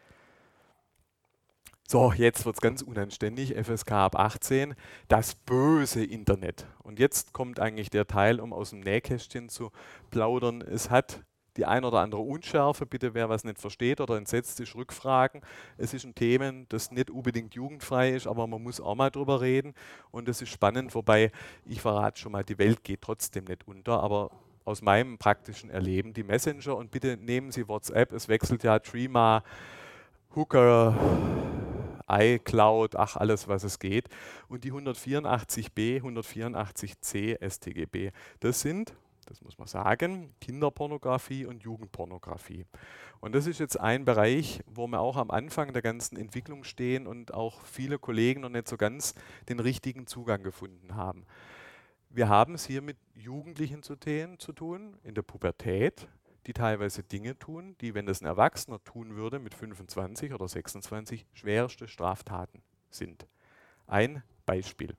So, jetzt wird es ganz unanständig, F S K ab achtzehn, das böse Internet. Und jetzt kommt eigentlich der Teil, um aus dem Nähkästchen zu plaudern. Es hat die ein oder andere Unschärfe, bitte wer was nicht versteht oder entsetzt ist, rückfragen. Es ist ein Thema, das nicht unbedingt jugendfrei ist, aber man muss auch mal drüber reden und das ist spannend, wobei ich verrate schon mal, die Welt geht trotzdem nicht unter, aber aus meinem praktischen Erleben, die Messenger und bitte nehmen Sie WhatsApp, es wechselt ja Threema, Hooker, iCloud, ach alles was es geht und die hundertvierundachtzig b, hundertvierundachtzig c S T G B, das sind, das muss man sagen, Kinderpornografie und Jugendpornografie. Und das ist jetzt ein Bereich, wo wir auch am Anfang der ganzen Entwicklung stehen und auch viele Kollegen noch nicht so ganz den richtigen Zugang gefunden haben. Wir haben es hier mit Jugendlichen zu, zu tun, in der Pubertät, die teilweise Dinge tun, die, wenn das ein Erwachsener tun würde, mit fünfundzwanzig oder sechsundzwanzig schwerste Straftaten sind. Ein Beispiel.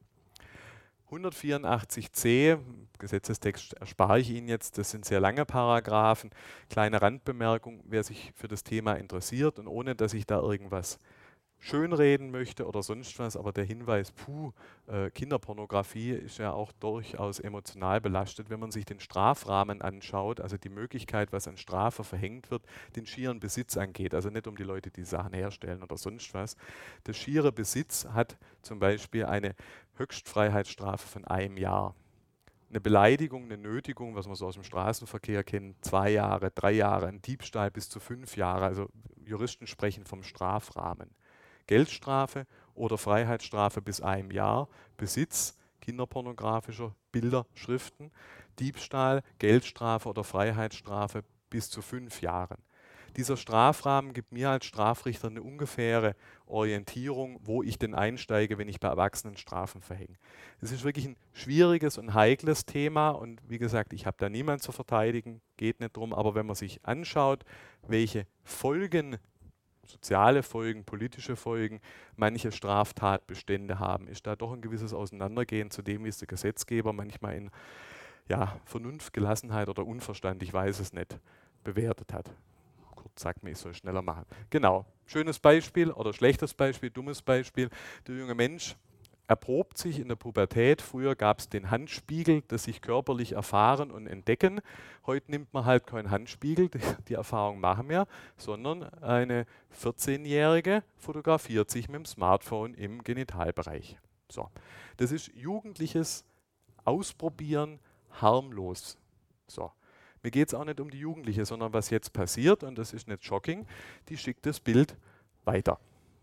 hundertvierundachtzig c, Gesetzestext erspare ich Ihnen jetzt, das sind sehr lange Paragraphen. Kleine Randbemerkung, wer sich für das Thema interessiert und ohne, dass ich da irgendwas schönreden möchte oder sonst was, aber der Hinweis, puh, äh, Kinderpornografie ist ja auch durchaus emotional belastet, wenn man sich den Strafrahmen anschaut, also die Möglichkeit, was an Strafe verhängt wird, den schieren Besitz angeht, also nicht um die Leute, die Sachen herstellen oder sonst was. Der schiere Besitz hat zum Beispiel eine Höchstfreiheitsstrafe von einem Jahr. Eine Beleidigung, eine Nötigung, was man so aus dem Straßenverkehr kennt, zwei Jahre, drei Jahre, ein Diebstahl bis zu fünf Jahre, also Juristen sprechen vom Strafrahmen. Geldstrafe oder Freiheitsstrafe bis einem Jahr, Besitz kinderpornografischer Bilder, Schriften, Diebstahl, Geldstrafe oder Freiheitsstrafe bis zu fünf Jahren. Dieser Strafrahmen gibt mir als Strafrichter eine ungefähre Orientierung, wo ich denn einsteige, wenn ich bei Erwachsenen Strafen verhänge. Es ist wirklich ein schwieriges und heikles Thema und wie gesagt, ich habe da niemanden zu verteidigen, geht nicht drum, aber wenn man sich anschaut, welche Folgen, soziale Folgen, politische Folgen, manche Straftatbestände haben, ist da doch ein gewisses Auseinandergehen zu dem, wie es der Gesetzgeber manchmal in ja, Vernunft, Gelassenheit oder Unverstand, ich weiß es nicht, bewertet hat. Kurz sagt mir, ich soll schneller machen. Genau, schönes Beispiel oder schlechtes Beispiel, dummes Beispiel. Der junge Mensch erprobt sich in der Pubertät. Früher gab es den Handspiegel, das sich körperlich erfahren und entdecken. Heute nimmt man halt keinen Handspiegel, die, die Erfahrung machen wir, sondern eine vierzehnjährige fotografiert sich mit dem Smartphone im Genitalbereich. So. Das ist jugendliches Ausprobieren, harmlos. So. Mir geht es auch nicht um die Jugendliche, sondern was jetzt passiert, und das ist nicht shocking, die schickt das Bild weiter.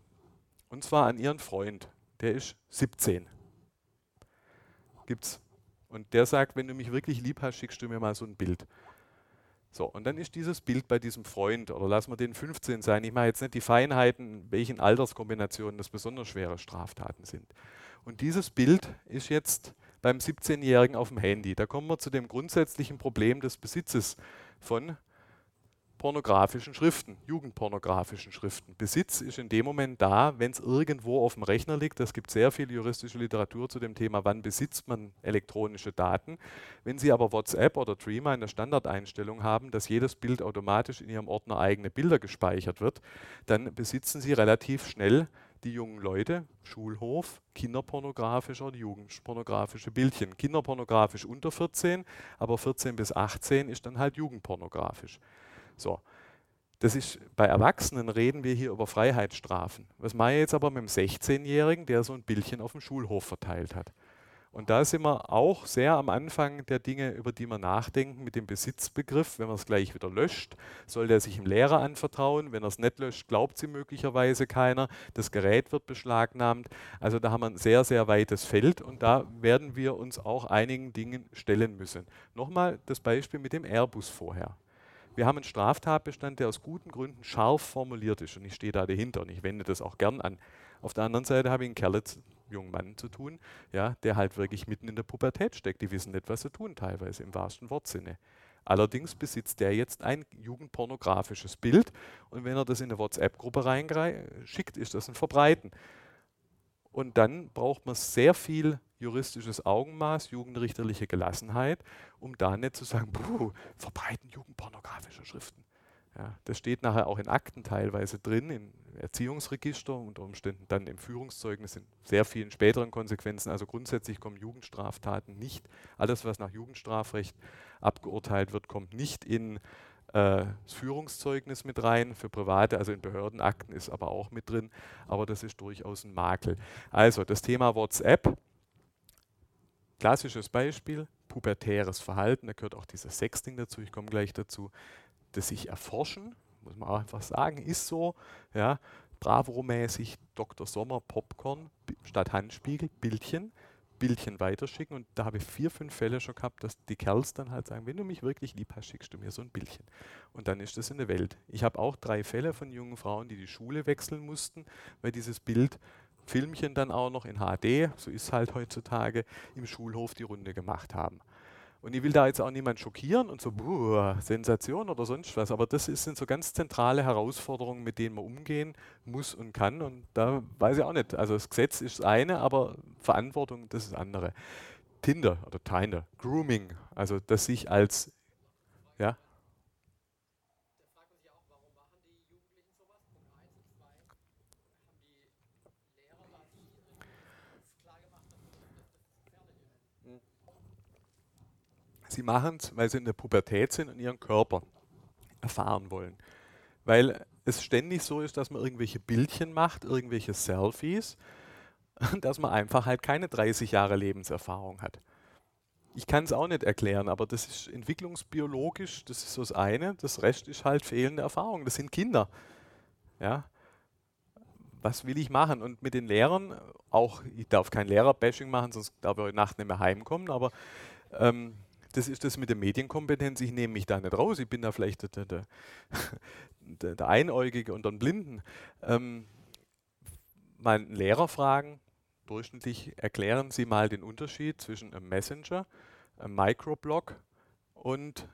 Und zwar an ihren Freund. Der ist siebzehn. Gibt's. Und der sagt, wenn du mich wirklich lieb hast, schickst du mir mal so ein Bild. So, und dann ist dieses Bild bei diesem Freund, oder lassen wir den fünfzehn sein, ich mache jetzt nicht die Feinheiten, welchen Alterskombinationen das besonders schwere Straftaten sind. Und dieses Bild ist jetzt beim siebzehnjährigen auf dem Handy. Da kommen wir zu dem grundsätzlichen Problem des Besitzes von pornografischen Schriften, jugendpornografischen Schriften. Besitz ist in dem Moment da, wenn es irgendwo auf dem Rechner liegt. Es gibt sehr viel juristische Literatur zu dem Thema, wann besitzt man elektronische Daten. Wenn Sie aber WhatsApp oder Threema in der Standardeinstellung haben, dass jedes Bild automatisch in Ihrem Ordner eigene Bilder gespeichert wird, dann besitzen Sie relativ schnell die jungen Leute, Schulhof, kinderpornografische oder jugendpornografische Bildchen. Kinderpornografisch unter vierzehn, aber vierzehn bis achtzehn ist dann halt jugendpornografisch. So, das ist, bei Erwachsenen reden wir hier über Freiheitsstrafen. Was mache ich jetzt aber mit dem sechzehnjährigen, der so ein Bildchen auf dem Schulhof verteilt hat? Und da sind wir auch sehr am Anfang der Dinge, über die wir nachdenken, mit dem Besitzbegriff. Wenn man es gleich wieder löscht, soll der sich dem Lehrer anvertrauen. Wenn er es nicht löscht, glaubt sie möglicherweise keiner. Das Gerät wird beschlagnahmt. Also da haben wir ein sehr, sehr weites Feld und da werden wir uns auch einigen Dingen stellen müssen. Nochmal das Beispiel mit dem Airbus vorher. Wir haben einen Straftatbestand, der aus guten Gründen scharf formuliert ist und ich stehe da dahinter und ich wende das auch gern an. Auf der anderen Seite habe ich einen Kerl, jungen Mann zu tun, ja, der halt wirklich mitten in der Pubertät steckt. Die wissen nicht, was sie tun, teilweise im wahrsten Wortsinne. Allerdings besitzt der jetzt ein jugendpornografisches Bild und wenn er das in eine WhatsApp-Gruppe reinschickt, ist das ein Verbreiten. Und dann braucht man sehr viel juristisches Augenmaß, jugendrichterliche Gelassenheit, um da nicht zu sagen, puh, verbreiten jugendpornografische Schriften. Ja, das steht nachher auch in Akten teilweise drin, im Erziehungsregister, unter Umständen dann im Führungszeugnis in sehr vielen späteren Konsequenzen. Also grundsätzlich kommen Jugendstraftaten nicht, alles was nach Jugendstrafrecht abgeurteilt wird, kommt nicht in äh, das Führungszeugnis mit rein für Private, also in Behördenakten ist aber auch mit drin, aber das ist durchaus ein Makel. Also das Thema WhatsApp, klassisches Beispiel, pubertäres Verhalten, da gehört auch dieses Sexting dazu, ich komme gleich dazu, das sich erforschen, muss man auch einfach sagen, ist so, ja, Bravo-mäßig, Doktor Sommer, Popcorn, statt Handspiegel, Bildchen, Bildchen weiterschicken und da habe ich vier, fünf Fälle schon gehabt, dass die Kerls dann halt sagen, wenn du mich wirklich lieb hast, schickst du mir so ein Bildchen. Und dann ist das in der Welt. Ich habe auch drei Fälle von jungen Frauen, die die Schule wechseln mussten, weil dieses Bild, Filmchen dann auch noch in H D, so ist halt heutzutage, im Schulhof die Runde gemacht haben. Und ich will da jetzt auch niemand schockieren und so, boah, Sensation oder sonst was, aber das ist, sind so ganz zentrale Herausforderungen, mit denen man umgehen muss und kann. Und da weiß ich auch nicht. Also das Gesetz ist das eine, aber Verantwortung das ist das andere. Tinder oder Tinder, Grooming, also dass sich als, ja, sie machen es, weil sie in der Pubertät sind und ihren Körper erfahren wollen. Weil es ständig so ist, dass man irgendwelche Bildchen macht, irgendwelche Selfies, dass man einfach halt keine dreißig Jahre Lebenserfahrung hat. Ich kann es auch nicht erklären, aber das ist entwicklungsbiologisch, das ist so das eine. Das Rest ist halt fehlende Erfahrung. Das sind Kinder. Ja, was will ich machen? Und mit den Lehrern, auch, ich darf kein Lehrer-Bashing machen, sonst darf ich heute Nacht nicht mehr heimkommen, aber ähm, das ist das mit der Medienkompetenz. Ich nehme mich da nicht raus. Ich bin da vielleicht der, der, der, der Einäugige unter den Blinden. Ähm, mal einen Lehrer fragen, durchschnittlich erklären Sie mal den Unterschied zwischen einem Messenger, einem Microblog und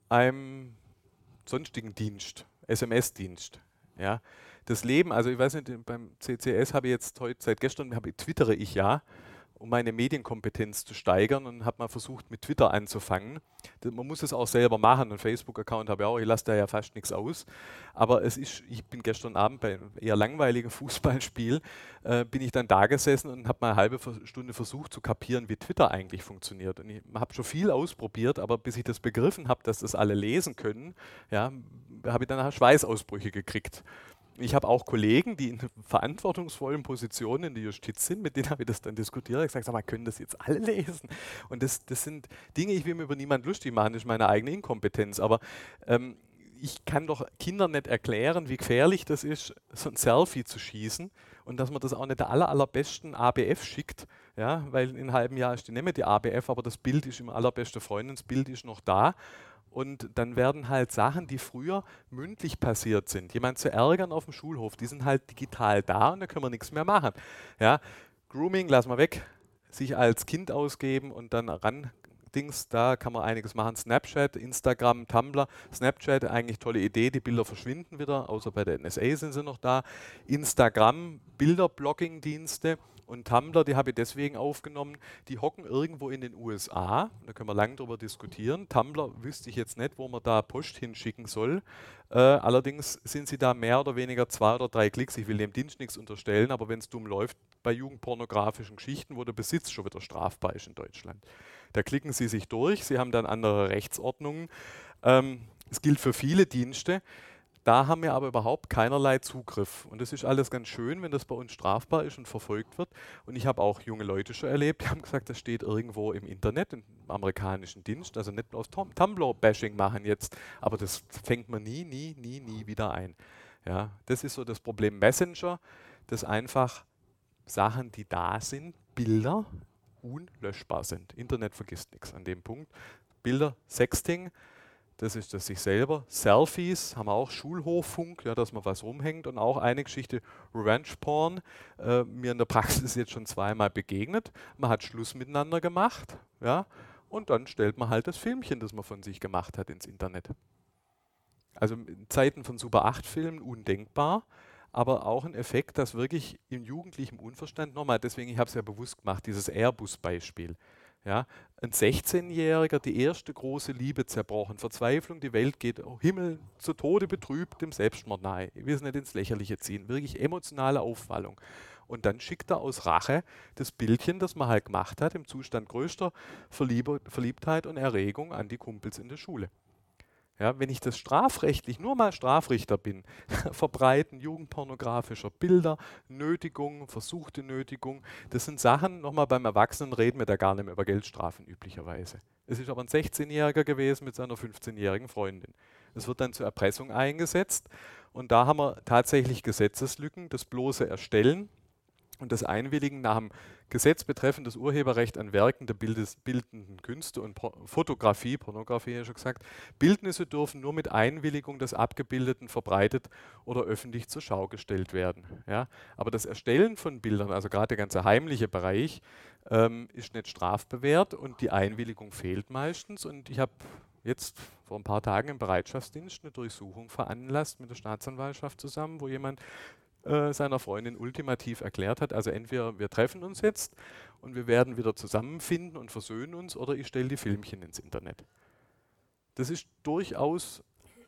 einem sonstigen Dienst, S M S-Dienst. Ja, das Leben, also ich weiß nicht, beim C C S habe ich jetzt heute, seit gestern habe, twittere ich ja, um meine Medienkompetenz zu steigern und habe mal versucht, mit Twitter anzufangen. Das, man muss es auch selber machen. Einen Facebook-Account habe ich auch, ich lasse da ja fast nichts aus. Aber es ist, ich bin gestern Abend bei einem eher langweiligen Fußballspiel, äh, bin ich dann da gesessen und habe mal eine halbe Stunde versucht zu kapieren, wie Twitter eigentlich funktioniert. Und ich habe schon viel ausprobiert, aber bis ich das begriffen habe, dass das alle lesen können, ja, habe ich dann nachher Schweißausbrüche gekriegt. Ich habe auch Kollegen, die in verantwortungsvollen Positionen in der Justiz sind, mit denen habe ich das dann diskutiert. Ich habe gesagt, sag mal, können das jetzt alle lesen? Und das, das sind Dinge, ich will mir über niemand lustig machen, das ist meine eigene Inkompetenz. Aber ähm, ich kann doch Kindern nicht erklären, wie gefährlich das ist, so ein Selfie zu schießen und dass man das auch nicht der aller, allerbesten A B F schickt, ja, weil in einem halben Jahr ist die nicht mehr die A B F, aber das Bild ist im allerbesten Freund, das Bild ist noch da. Und dann werden halt Sachen, die früher mündlich passiert sind, jemand zu ärgern auf dem Schulhof, die sind halt digital da und da können wir nichts mehr machen. Ja, Grooming, lass mal weg, sich als Kind ausgeben und dann ran. Dings, da kann man einiges machen. Snapchat, Instagram, Tumblr. Snapchat, eigentlich tolle Idee, die Bilder verschwinden wieder, außer bei der N S A sind sie noch da. Instagram, Bilderblocking-Dienste. Und Tumblr, die habe ich deswegen aufgenommen, die hocken irgendwo in den U S A, da können wir lange drüber diskutieren. Tumblr wüsste ich jetzt nicht, wo man da Post hinschicken soll. Äh, allerdings sind sie da mehr oder weniger zwei oder drei Klicks. Ich will dem Dienst nichts unterstellen, aber wenn es dumm läuft, bei jugendpornografischen Geschichten, wo der Besitz schon wieder strafbar ist in Deutschland. Da klicken sie sich durch, sie haben dann andere Rechtsordnungen. Ähm, es gilt für viele Dienste. Da haben wir aber überhaupt keinerlei Zugriff. Und das ist alles ganz schön, wenn das bei uns strafbar ist und verfolgt wird. Und ich habe auch junge Leute schon erlebt, die haben gesagt, das steht irgendwo im Internet, im amerikanischen Dienst. Also nicht aus Tumblr-Bashing machen jetzt, aber das fängt man nie, nie, nie, nie wieder ein. Ja, das ist so das Problem Messenger, dass einfach Sachen, die da sind, Bilder, unlöschbar sind. Internet vergisst nichts an dem Punkt. Bilder, Sexting, das ist das sich selber. Selfies haben wir auch Schulhoffunk, ja, dass man was rumhängt. Und auch eine Geschichte, Revenge Porn, äh, mir in der Praxis jetzt schon zweimal begegnet. Man hat Schluss miteinander gemacht, ja, und dann stellt man halt das Filmchen, das man von sich gemacht hat, ins Internet. Also in Zeiten von Super acht Filmen undenkbar, aber auch ein Effekt, das wirklich im jugendlichen Unverstand, nochmal, deswegen, ich habe es ja bewusst gemacht, dieses Airbus-Beispiel. Ja, ein sechzehnjähriger, die erste große Liebe zerbrochen, Verzweiflung, die Welt geht, oh Himmel, zu Tode betrübt, dem Selbstmord nahe. Ich will es nicht ins Lächerliche ziehen, wirklich emotionale Aufwallung. Und dann schickt er aus Rache das Bildchen, das man halt gemacht hat, im Zustand größter Verlieb Verliebtheit und Erregung an die Kumpels in der Schule. Ja, wenn ich das strafrechtlich, nur mal Strafrichter bin, Verbreiten jugendpornografischer Bilder, Nötigung, versuchte Nötigung, das sind Sachen, nochmal beim Erwachsenen reden wir da gar nicht mehr über Geldstrafen üblicherweise. Es ist aber ein sechzehnjähriger gewesen mit seiner fünfzehnjährigen Freundin. Es wird dann zur Erpressung eingesetzt und da haben wir tatsächlich Gesetzeslücken, das bloße Erstellen und das Einwilligen nach dem Gesetz betreffend das Urheberrecht an Werken der Bildes, bildenden Künste und Por Fotografie, Pornografie ja schon gesagt, Bildnisse dürfen nur mit Einwilligung des Abgebildeten verbreitet oder öffentlich zur Schau gestellt werden. Ja? Aber das Erstellen von Bildern, also gerade der ganze heimliche Bereich, ähm, ist nicht strafbewehrt und die Einwilligung fehlt meistens. Und ich habe jetzt vor ein paar Tagen im Bereitschaftsdienst eine Durchsuchung veranlasst mit der Staatsanwaltschaft zusammen, wo jemand seiner Freundin ultimativ erklärt hat, also entweder wir treffen uns jetzt und wir werden wieder zusammenfinden und versöhnen uns oder ich stelle die Filmchen ins Internet. Das ist durchaus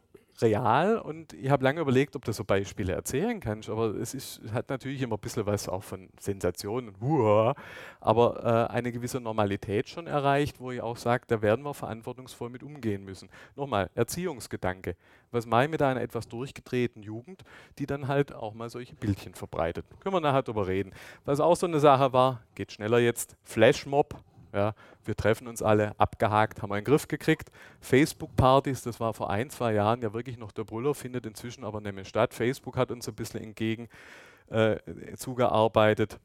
real und ich habe lange überlegt, ob du so Beispiele erzählen kannst, aber es ist, hat natürlich immer ein bisschen was auch von Sensation und Huah, aber äh, eine gewisse Normalität schon erreicht, wo ich auch sage, da werden wir verantwortungsvoll mit umgehen müssen. Nochmal, Erziehungsgedanke. Was mache ich mit einer etwas durchgedrehten Jugend, die dann halt auch mal solche Bildchen verbreitet? Können wir nachher drüber reden. Was auch so eine Sache war, geht schneller jetzt, Flashmob. Ja, wir treffen uns alle, abgehakt, haben wir in den Griff gekriegt. Facebook-Partys, das war vor ein, zwei Jahren ja wirklich noch der Brüller, findet inzwischen aber nicht mehr statt. Facebook hat uns ein bisschen entgegen äh, zugearbeitet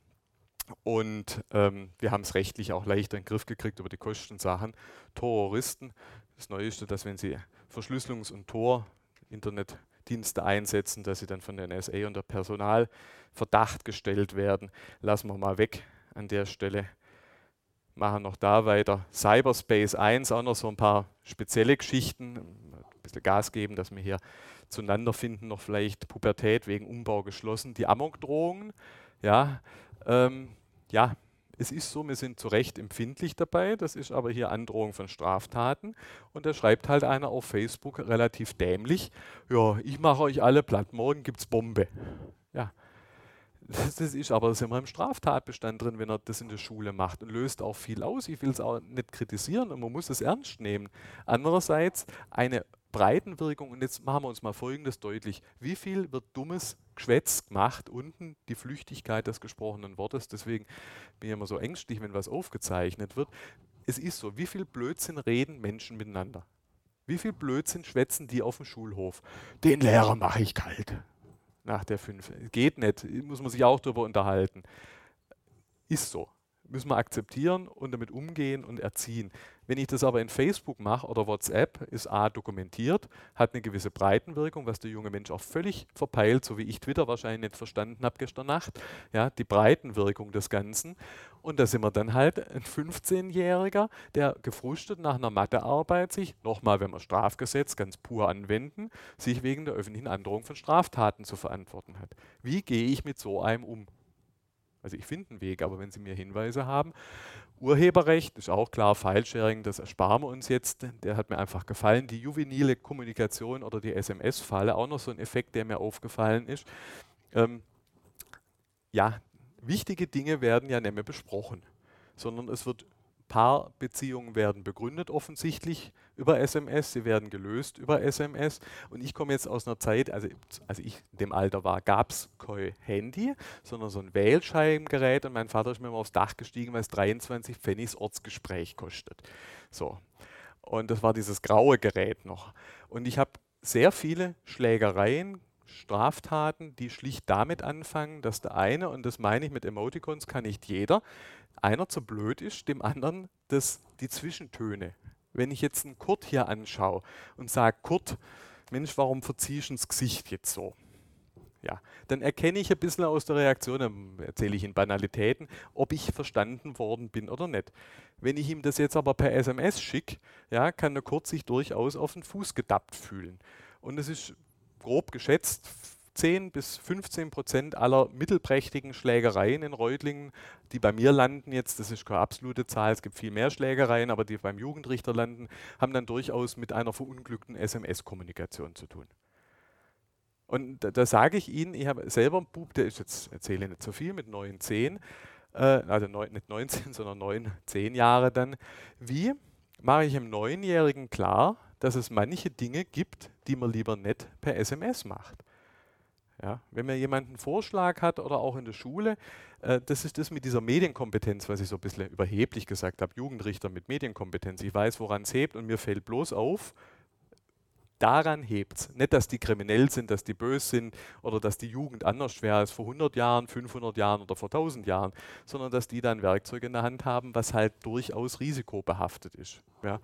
und ähm, wir haben es rechtlich auch leichter in den Griff gekriegt über die Kostensachen. Terroristen, das Neueste, dass wenn sie Verschlüsselungs- und Tor, Internetdienste einsetzen, dass sie dann von der N S A unter Personalverdacht gestellt werden. Lassen wir mal weg an der Stelle. Machen noch da weiter. Cyberspace eins, auch noch so ein paar spezielle Geschichten. Ein bisschen Gas geben, dass wir hier zueinander finden. Noch vielleicht Pubertät wegen Umbau geschlossen. Die Amokdrohungen. Ja, ähm, ja, es ist so, wir sind zu Recht empfindlich dabei. Das ist aber hier Androhung von Straftaten. Und da schreibt halt einer auf Facebook relativ dämlich: Ja, ich mache euch alle platt, morgen gibt's Bombe. Ja. Das, das ist aber, da sind wir im Straftatbestand drin, wenn er das in der Schule macht und löst auch viel aus. Ich will es auch nicht kritisieren und man muss es ernst nehmen. Andererseits eine Breitenwirkung, und jetzt machen wir uns mal Folgendes deutlich: Wie viel wird dummes Geschwätz gemacht, unten die Flüchtigkeit des gesprochenen Wortes, deswegen bin ich immer so ängstlich, wenn was aufgezeichnet wird. Es ist so, wie viel Blödsinn reden Menschen miteinander? Wie viel Blödsinn schwätzen die auf dem Schulhof? Den Lehrer mache ich kalt. Nach der fünf. Geht nicht, muss man sich auch darüber unterhalten. Ist so. Müssen wir akzeptieren und damit umgehen und erziehen. Wenn ich das aber in Facebook mache oder WhatsApp, ist A dokumentiert, hat eine gewisse Breitenwirkung, was der junge Mensch auch völlig verpeilt, so wie ich Twitter wahrscheinlich nicht verstanden habe gestern Nacht, ja, die Breitenwirkung des Ganzen. Und da sind wir dann halt ein fünfzehnjähriger, der gefrustet nach einer Mathearbeit sich, nochmal, wenn wir Strafgesetz ganz pur anwenden, sich wegen der öffentlichen Androhung von Straftaten zu verantworten hat. Wie gehe ich mit so einem um? Also ich finde einen Weg, aber wenn Sie mir Hinweise haben. Urheberrecht ist auch klar, Filesharing, das ersparen wir uns jetzt. Der hat mir einfach gefallen. Die juvenile Kommunikation oder die S M S-Falle, auch noch so ein Effekt, der mir aufgefallen ist. Ähm, ja, wichtige Dinge werden ja nicht mehr besprochen, sondern es wird Paarbeziehungen werden begründet offensichtlich über S M S, sie werden gelöst über S M S und ich komme jetzt aus einer Zeit, also als ich in dem Alter war, gab es kein Handy, sondern so ein Wählscheibengerät und mein Vater ist mir immer aufs Dach gestiegen, weil es dreiundzwanzig Pfennig das Ortsgespräch kostet. So. Und das war dieses graue Gerät noch. Und ich habe sehr viele Schlägereien, Straftaten, die schlicht damit anfangen, dass der eine, und das meine ich mit Emoticons, kann nicht jeder, einer zu blöd ist, dem anderen das, die Zwischentöne. Wenn ich jetzt einen Kurt hier anschaue und sage, Kurt, Mensch, warum verziehst du das Gesicht jetzt so? Ja, dann erkenne ich ein bisschen aus der Reaktion, dann erzähle ich in Banalitäten, ob ich verstanden worden bin oder nicht. Wenn ich ihm das jetzt aber per S M S schicke, ja, kann der Kurt sich durchaus auf den Fuß gedappt fühlen. Und es ist grob geschätzt, zehn bis fünfzehn Prozent aller mittelprächtigen Schlägereien in Reutlingen, die bei mir landen jetzt, das ist keine absolute Zahl, es gibt viel mehr Schlägereien, aber die beim Jugendrichter landen, haben dann durchaus mit einer verunglückten S M S-Kommunikation zu tun. Und da, da sage ich Ihnen, ich habe selber einen Bub, der ist jetzt, erzähle nicht so viel, mit neun, zehn, äh, also neun, nicht neunzehn, sondern neun, zehn Jahre dann. Wie mache ich einem Neunjährigen klar, dass es manche Dinge gibt, die man lieber nicht per S M S macht. Ja, wenn mir jemand einen Vorschlag hat oder auch in der Schule, äh, das ist das mit dieser Medienkompetenz, was ich so ein bisschen überheblich gesagt habe, Jugendrichter mit Medienkompetenz. Ich weiß, woran es hebt und mir fällt bloß auf, daran hebt es. Nicht, dass die kriminell sind, dass die böse sind oder dass die Jugend anders schwer ist vor hundert Jahren, fünfhundert Jahren oder vor tausend Jahren, sondern dass die dann Werkzeuge in der Hand haben, was halt durchaus risikobehaftet ist. Ja.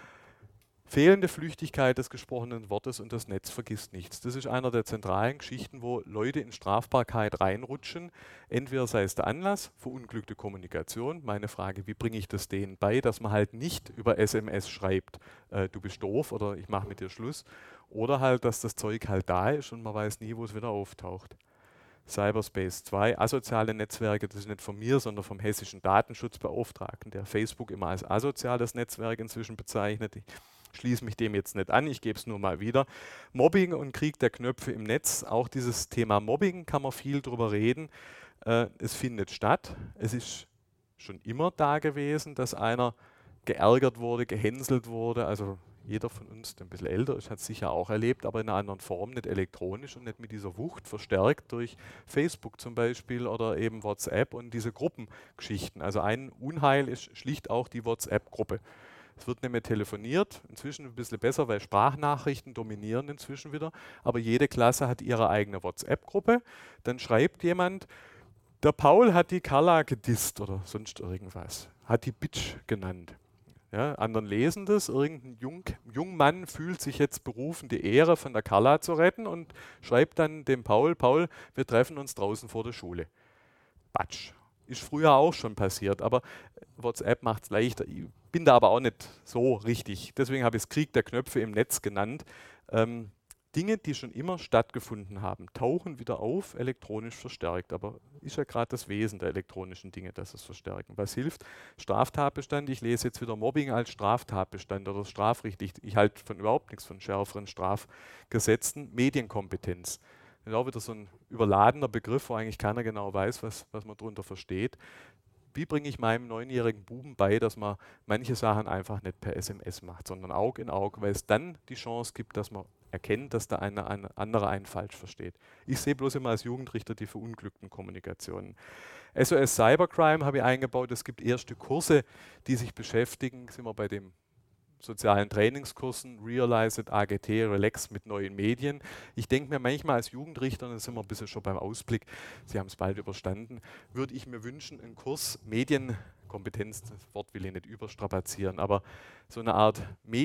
Fehlende Flüchtigkeit des gesprochenen Wortes und das Netz vergisst nichts. Das ist einer der zentralen Geschichten, wo Leute in Strafbarkeit reinrutschen. Entweder sei es der Anlass, verunglückte Kommunikation. Meine Frage, wie bringe ich das denen bei, dass man halt nicht über S M S schreibt, äh, du bist doof oder ich mache mit dir Schluss. Oder halt, dass das Zeug halt da ist und man weiß nie, wo es wieder auftaucht. Cyberspace zwei, asoziale Netzwerke, das ist nicht von mir, sondern vom hessischen Datenschutzbeauftragten, der Facebook immer als asoziales Netzwerk inzwischen bezeichnet. Ich schließe mich dem jetzt nicht an, ich gebe es nur mal wieder. Mobbing und Krieg der Knöpfe im Netz, auch dieses Thema Mobbing kann man viel drüber reden. Äh, es findet statt, es ist schon immer da gewesen, dass einer geärgert wurde, gehänselt wurde, also jeder von uns, der ein bisschen älter ist, hat es sicher auch erlebt, aber in einer anderen Form, nicht elektronisch und nicht mit dieser Wucht, verstärkt durch Facebook zum Beispiel oder eben WhatsApp und diese Gruppengeschichten. Also ein Unheil ist schlicht auch die WhatsApp-Gruppe. Es wird nicht mehr telefoniert, inzwischen ein bisschen besser, weil Sprachnachrichten dominieren inzwischen wieder, aber jede Klasse hat ihre eigene WhatsApp-Gruppe. Dann schreibt jemand, der Paul hat die Carla gedisst oder sonst irgendwas, hat die Bitch genannt. Ja, anderen lesen das, irgendein Jung, Jungmann fühlt sich jetzt berufen, die Ehre von der Carla zu retten und schreibt dann dem Paul, Paul, wir treffen uns draußen vor der Schule. Batsch. Ist früher auch schon passiert, aber WhatsApp macht es leichter. Ich bin da aber auch nicht so richtig. Deswegen habe ich es Krieg der Knöpfe im Netz genannt. Ähm, Dinge, die schon immer stattgefunden haben, tauchen wieder auf, elektronisch verstärkt. Aber ist ja gerade das Wesen der elektronischen Dinge, dass es verstärken. Was hilft? Straftatbestand. Ich lese jetzt wieder Mobbing als Straftatbestand oder strafrechtlich. Ich halte von überhaupt nichts von schärferen Strafgesetzen. Medienkompetenz. Das ist auch wieder so ein überladener Begriff, wo eigentlich keiner genau weiß, was, was man darunter versteht. Wie bringe ich meinem neunjährigen Buben bei, dass man manche Sachen einfach nicht per S M S macht, sondern Auge in Auge, weil es dann die Chance gibt, dass man erkennt, dass der eine, eine andere einen falsch versteht. Ich sehe bloß immer als Jugendrichter die verunglückten Kommunikationen. S O S Cybercrime habe ich eingebaut. Es gibt erste Kurse, die sich beschäftigen, sind wir bei dem sozialen Trainingskursen, Realize It, A G T, Relax mit neuen Medien. Ich denke mir manchmal als Jugendrichter, und da sind wir ein bisschen schon beim Ausblick, Sie haben es bald überstanden, würde ich mir wünschen, einen Kurs Medienkompetenz, das Wort will ich nicht überstrapazieren, aber so eine Art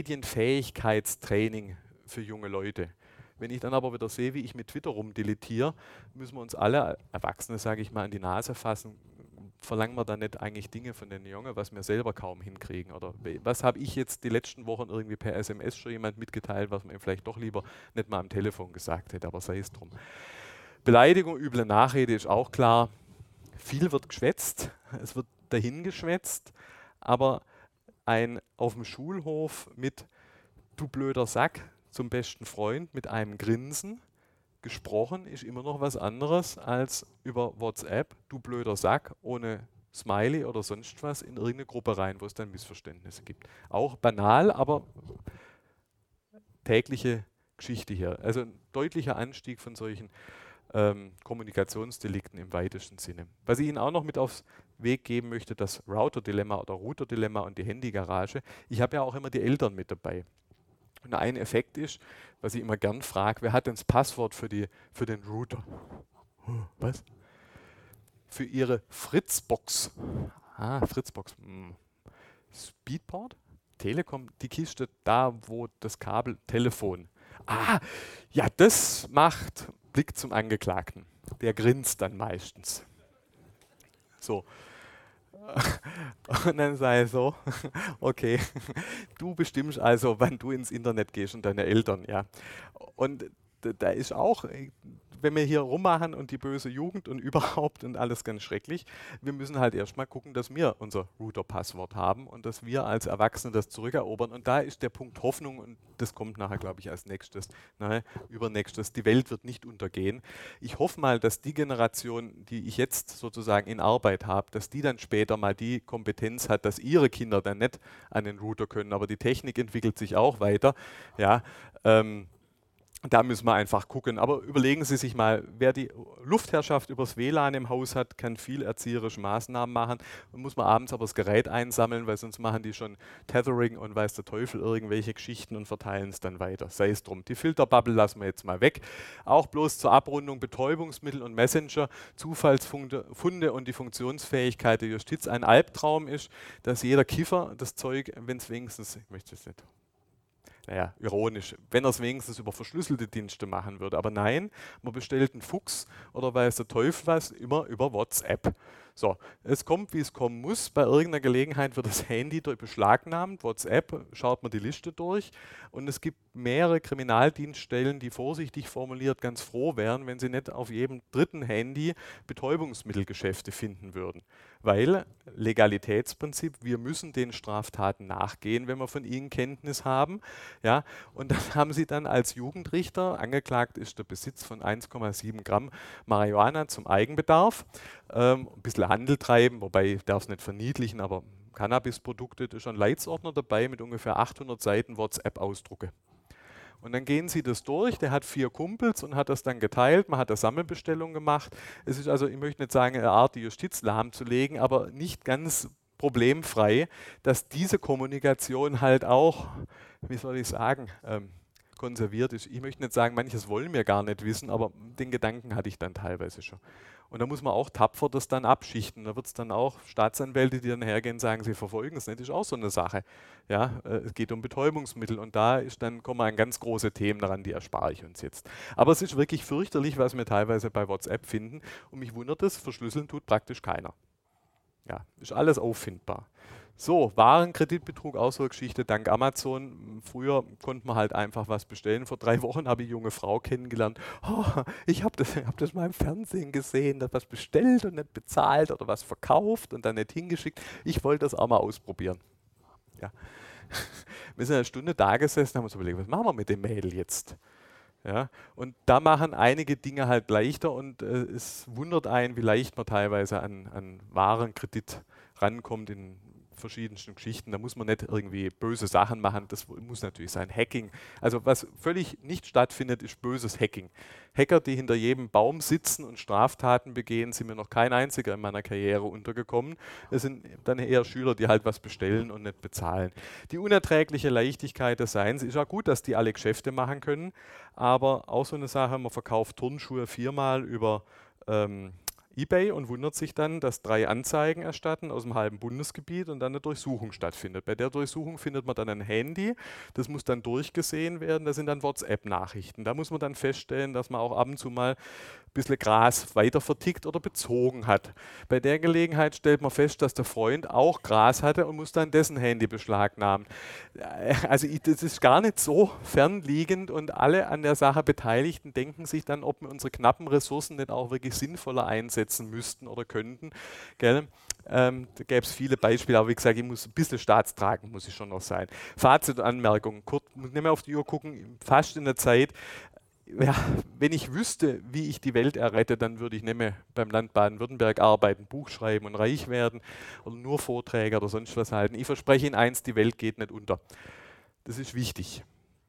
Medienfähigkeitstraining für junge Leute. Wenn ich dann aber wieder sehe, wie ich mit Twitter rumdeletiere, müssen wir uns alle Erwachsene, sage ich mal, an die Nase fassen. Verlangen wir da nicht eigentlich Dinge von den Jungen, was wir selber kaum hinkriegen? Oder was habe ich jetzt die letzten Wochen irgendwie per S M S schon jemand mitgeteilt, was man ihm vielleicht doch lieber nicht mal am Telefon gesagt hätte, aber sei es drum. Beleidigung, üble Nachrede ist auch klar. Viel wird geschwätzt, es wird dahingeschwätzt, aber ein auf dem Schulhof mit du blöder Sack zum besten Freund mit einem Grinsen gesprochen ist immer noch was anderes als über WhatsApp, du blöder Sack, ohne Smiley oder sonst was in irgendeine Gruppe rein, wo es dann Missverständnisse gibt. Auch banal, aber tägliche Geschichte hier. Also ein deutlicher Anstieg von solchen ähm, Kommunikationsdelikten im weitesten Sinne. Was ich Ihnen auch noch mit aufs Weg geben möchte, das Router-Dilemma oder Router-Dilemma und die Handygarage. Ich habe ja auch immer die Eltern mit dabei. Und ein Effekt ist, was ich immer gern frage, wer hat denn das Passwort für, die, für den Router? Was? Für Ihre Fritzbox. Ah, Fritzbox. Hm. Speedport? Telekom, die Kiste, da wo das Kabel, Telefon. Ah, ja, das macht Blick zum Angeklagten. Der grinst dann meistens. So. Und dann sei es so, okay, du bestimmst also, wann du ins Internet gehst und deine Eltern, ja. Und da, da ist auch, wenn wir hier rummachen und die böse Jugend und überhaupt und alles ganz schrecklich, wir müssen halt erstmal gucken, dass wir unser Router-Passwort haben und dass wir als Erwachsene das zurückerobern. Und da ist der Punkt Hoffnung und das kommt nachher, glaube ich, als nächstes, naja, übernächstes. Die Welt wird nicht untergehen. Ich hoffe mal, dass die Generation, die ich jetzt sozusagen in Arbeit habe, dass die dann später mal die Kompetenz hat, dass ihre Kinder dann nicht an den Router können. Aber die Technik entwickelt sich auch weiter. Ja, ähm, Da müssen wir einfach gucken. Aber überlegen Sie sich mal, wer die Luftherrschaft übers W L A N im Haus hat, kann viel erzieherische Maßnahmen machen. Dann muss man abends aber das Gerät einsammeln, weil sonst machen die schon Tethering und weiß der Teufel irgendwelche Geschichten und verteilen es dann weiter. Sei es drum. Die Filterbubble lassen wir jetzt mal weg. Auch bloß zur Abrundung Betäubungsmittel und Messenger, Zufallsfunde Funde und die Funktionsfähigkeit der Justiz. Ein Albtraum ist, dass jeder Kiffer das Zeug, wenn es wenigstens, ich möchte es nicht, naja, ironisch, wenn er es wenigstens über verschlüsselte Dienste machen würde. Aber nein, man bestellt einen Fuchs oder weiß der Teufel was, immer über WhatsApp. So, es kommt, wie es kommen muss. Bei irgendeiner Gelegenheit wird das Handy beschlagnahmt. WhatsApp, schaut man die Liste durch. Und es gibt mehrere Kriminaldienststellen, die vorsichtig formuliert ganz froh wären, wenn sie nicht auf jedem dritten Handy Betäubungsmittelgeschäfte finden würden. Weil Legalitätsprinzip, wir müssen den Straftaten nachgehen, wenn wir von ihnen Kenntnis haben. Ja, und das haben sie dann als Jugendrichter, angeklagt ist der Besitz von eins Komma sieben Gramm Marihuana zum Eigenbedarf, ähm, ein bisschen Handel treiben, wobei ich darf es nicht verniedlichen, aber Cannabisprodukte, da ist schon ein Leitsordner dabei mit ungefähr achthundert Seiten WhatsApp-Ausdrucke. Und dann gehen sie das durch, der hat vier Kumpels und hat das dann geteilt, man hat eine Sammelbestellung gemacht. Es ist also, ich möchte nicht sagen, eine Art, die Justiz lahmzulegen, aber nicht ganz problemfrei, dass diese Kommunikation halt auch, wie soll ich sagen, ähm, konserviert ist. Ich möchte nicht sagen, manches wollen wir gar nicht wissen, aber den Gedanken hatte ich dann teilweise schon. Und da muss man auch tapfer das dann abschichten. Da wird es dann auch Staatsanwälte, die dann hergehen und sagen, sie verfolgen es nicht, ist auch so eine Sache. Ja, äh, es geht um Betäubungsmittel und da ist dann, kommen an ganz große Themen daran, die erspare ich uns jetzt. Aber es ist wirklich fürchterlich, was wir teilweise bei WhatsApp finden und mich wundert es, verschlüsseln tut praktisch keiner. Ja, ist alles auffindbar. So, Warenkreditbetrug, auch so eine Geschichte, dank Amazon. Früher konnte man halt einfach was bestellen. Vor drei Wochen habe ich eine junge Frau kennengelernt. Oh, ich habe das, hab das mal im Fernsehen gesehen, dass was bestellt und nicht bezahlt oder was verkauft und dann nicht hingeschickt. Ich wollte das auch mal ausprobieren. Ja. Wir sind eine Stunde da gesessen, haben uns überlegt, was machen wir mit dem Mädel jetzt? Ja, und da machen einige Dinge halt leichter und äh, es wundert einen, wie leicht man teilweise an, an Warenkredit rankommt in verschiedensten Geschichten. Da muss man nicht irgendwie böse Sachen machen, das muss natürlich sein. Hacking, also was völlig nicht stattfindet, ist böses Hacking. Hacker, die hinter jedem Baum sitzen und Straftaten begehen, sind mir noch kein einziger in meiner Karriere untergekommen. Es sind dann eher Schüler, die halt was bestellen und nicht bezahlen. Die unerträgliche Leichtigkeit des Seins ist ja gut, dass die alle Geschäfte machen können, aber auch so eine Sache, man verkauft Turnschuhe viermal über ähm, eBay und wundert sich dann, dass drei Anzeigen erstatten aus dem halben Bundesgebiet und dann eine Durchsuchung stattfindet. Bei der Durchsuchung findet man dann ein Handy, das muss dann durchgesehen werden, das sind dann WhatsApp-Nachrichten. Da muss man dann feststellen, dass man auch ab und zu mal ein bisschen Gras weiter vertickt oder bezogen hat. Bei der Gelegenheit stellt man fest, dass der Freund auch Gras hatte und muss dann dessen Handy beschlagnahmen. Also das ist gar nicht so fernliegend und alle an der Sache Beteiligten denken sich dann, ob wir unsere knappen Ressourcen nicht auch wirklich sinnvoller einsetzen müssten oder könnten. Gell? Ähm, da gäbe es viele Beispiele, aber wie gesagt, ich muss ein bisschen staatstragend muss ich schon noch sein. Fazit und Anmerkung, kurz, muss nicht mehr auf die Uhr gucken, fast in der Zeit. Ja, wenn ich wüsste, wie ich die Welt errette, dann würde ich nicht mehr beim Land Baden-Württemberg arbeiten, Buch schreiben und reich werden oder nur Vorträge oder sonst was halten. Ich verspreche Ihnen eins, die Welt geht nicht unter. Das ist wichtig.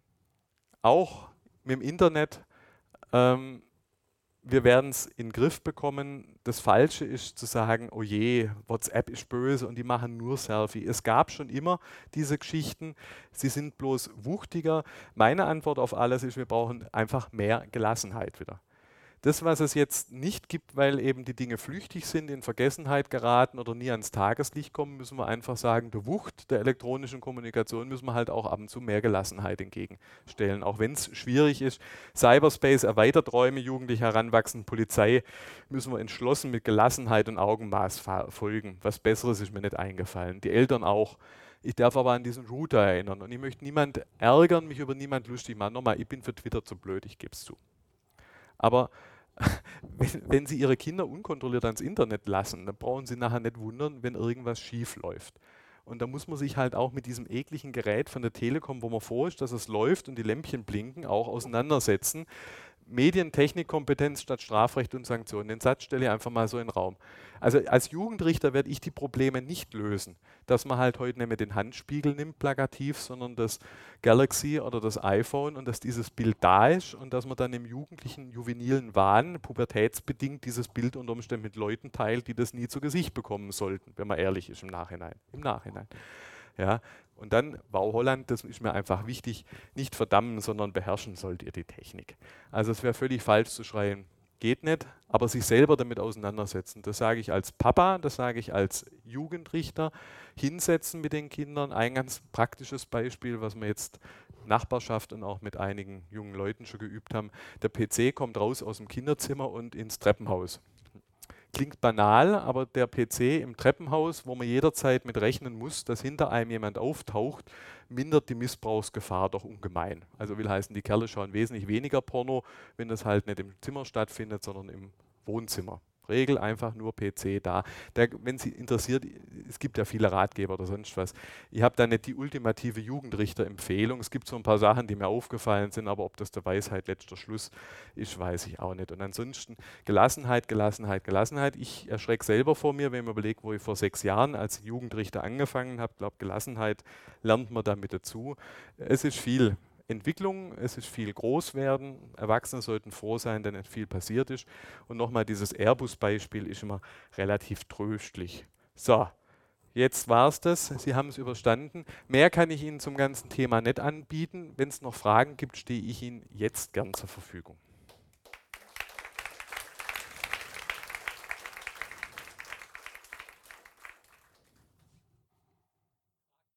Auch mit dem Internet, ähm, wir werden es in den Griff bekommen. Das Falsche ist zu sagen, oh je, WhatsApp ist böse und die machen nur Selfie. Es gab schon immer diese Geschichten, sie sind bloß wuchtiger. Meine Antwort auf alles ist, wir brauchen einfach mehr Gelassenheit wieder. Das, was es jetzt nicht gibt, weil eben die Dinge flüchtig sind, in Vergessenheit geraten oder nie ans Tageslicht kommen, müssen wir einfach sagen, der Wucht der elektronischen Kommunikation müssen wir halt auch ab und zu mehr Gelassenheit entgegenstellen. Auch wenn es schwierig ist. Cyberspace erweitert Räume, Jugendliche heranwachsen, Polizei müssen wir entschlossen mit Gelassenheit und Augenmaß folgen. Was Besseres ist mir nicht eingefallen. Die Eltern auch. Ich darf aber an diesen Router erinnern und ich möchte niemand ärgern, mich über niemand lustig machen. Nochmal, ich bin für Twitter zu blöd, ich gebe es zu. Aber wenn, wenn Sie Ihre Kinder unkontrolliert ans Internet lassen, dann brauchen Sie nachher nicht wundern, wenn irgendwas schief läuft. Und da muss man sich halt auch mit diesem ekligen Gerät von der Telekom, wo man froh ist, dass es läuft und die Lämpchen blinken, auch auseinandersetzen. Medientechnikkompetenz statt Strafrecht und Sanktionen. Den Satz stelle ich einfach mal so in den Raum. Also als Jugendrichter werde ich die Probleme nicht lösen, dass man halt heute nicht mehr den Handspiegel nimmt, plakativ, sondern das Galaxy oder das iPhone und dass dieses Bild da ist und dass man dann im jugendlichen, juvenilen Wahn, pubertätsbedingt, dieses Bild unter Umständen mit Leuten teilt, die das nie zu Gesicht bekommen sollten, wenn man ehrlich ist im Nachhinein. Im Nachhinein. Ja. Und dann, Wow Holland, das ist mir einfach wichtig, nicht verdammen, sondern beherrschen sollt ihr die Technik. Also es wäre völlig falsch zu schreien, geht nicht, aber sich selber damit auseinandersetzen. Das sage ich als Papa, das sage ich als Jugendrichter. Hinsetzen mit den Kindern, ein ganz praktisches Beispiel, was wir jetzt Nachbarschaft und auch mit einigen jungen Leuten schon geübt haben. Der P C kommt raus aus dem Kinderzimmer und ins Treppenhaus. Klingt banal, aber der P C im Treppenhaus, wo man jederzeit mit rechnen muss, dass hinter einem jemand auftaucht, mindert die Missbrauchsgefahr doch ungemein. Also will heißen, die Kerle schauen wesentlich weniger Porno, wenn das halt nicht im Zimmer stattfindet, sondern im Wohnzimmer. Regel einfach nur P C da. Der, wenn Sie interessiert, es gibt ja viele Ratgeber oder sonst was. Ich habe da nicht die ultimative Jugendrichter-Empfehlung. Es gibt so ein paar Sachen, die mir aufgefallen sind, aber ob das der Weisheit letzter Schluss ist, weiß ich auch nicht. Und ansonsten Gelassenheit, Gelassenheit, Gelassenheit. Ich erschrecke selber vor mir, wenn man überlegt, wo ich vor sechs Jahren als Jugendrichter angefangen habe. Ich glaube, Gelassenheit lernt man damit dazu. Es ist viel Entwicklung, es ist viel Großwerden. Erwachsene sollten froh sein, denn nicht viel passiert ist. Und nochmal dieses Airbus-Beispiel ist immer relativ tröstlich. So, jetzt war es das. Sie haben es überstanden. Mehr kann ich Ihnen zum ganzen Thema nicht anbieten. Wenn es noch Fragen gibt, stehe ich Ihnen jetzt gern zur Verfügung.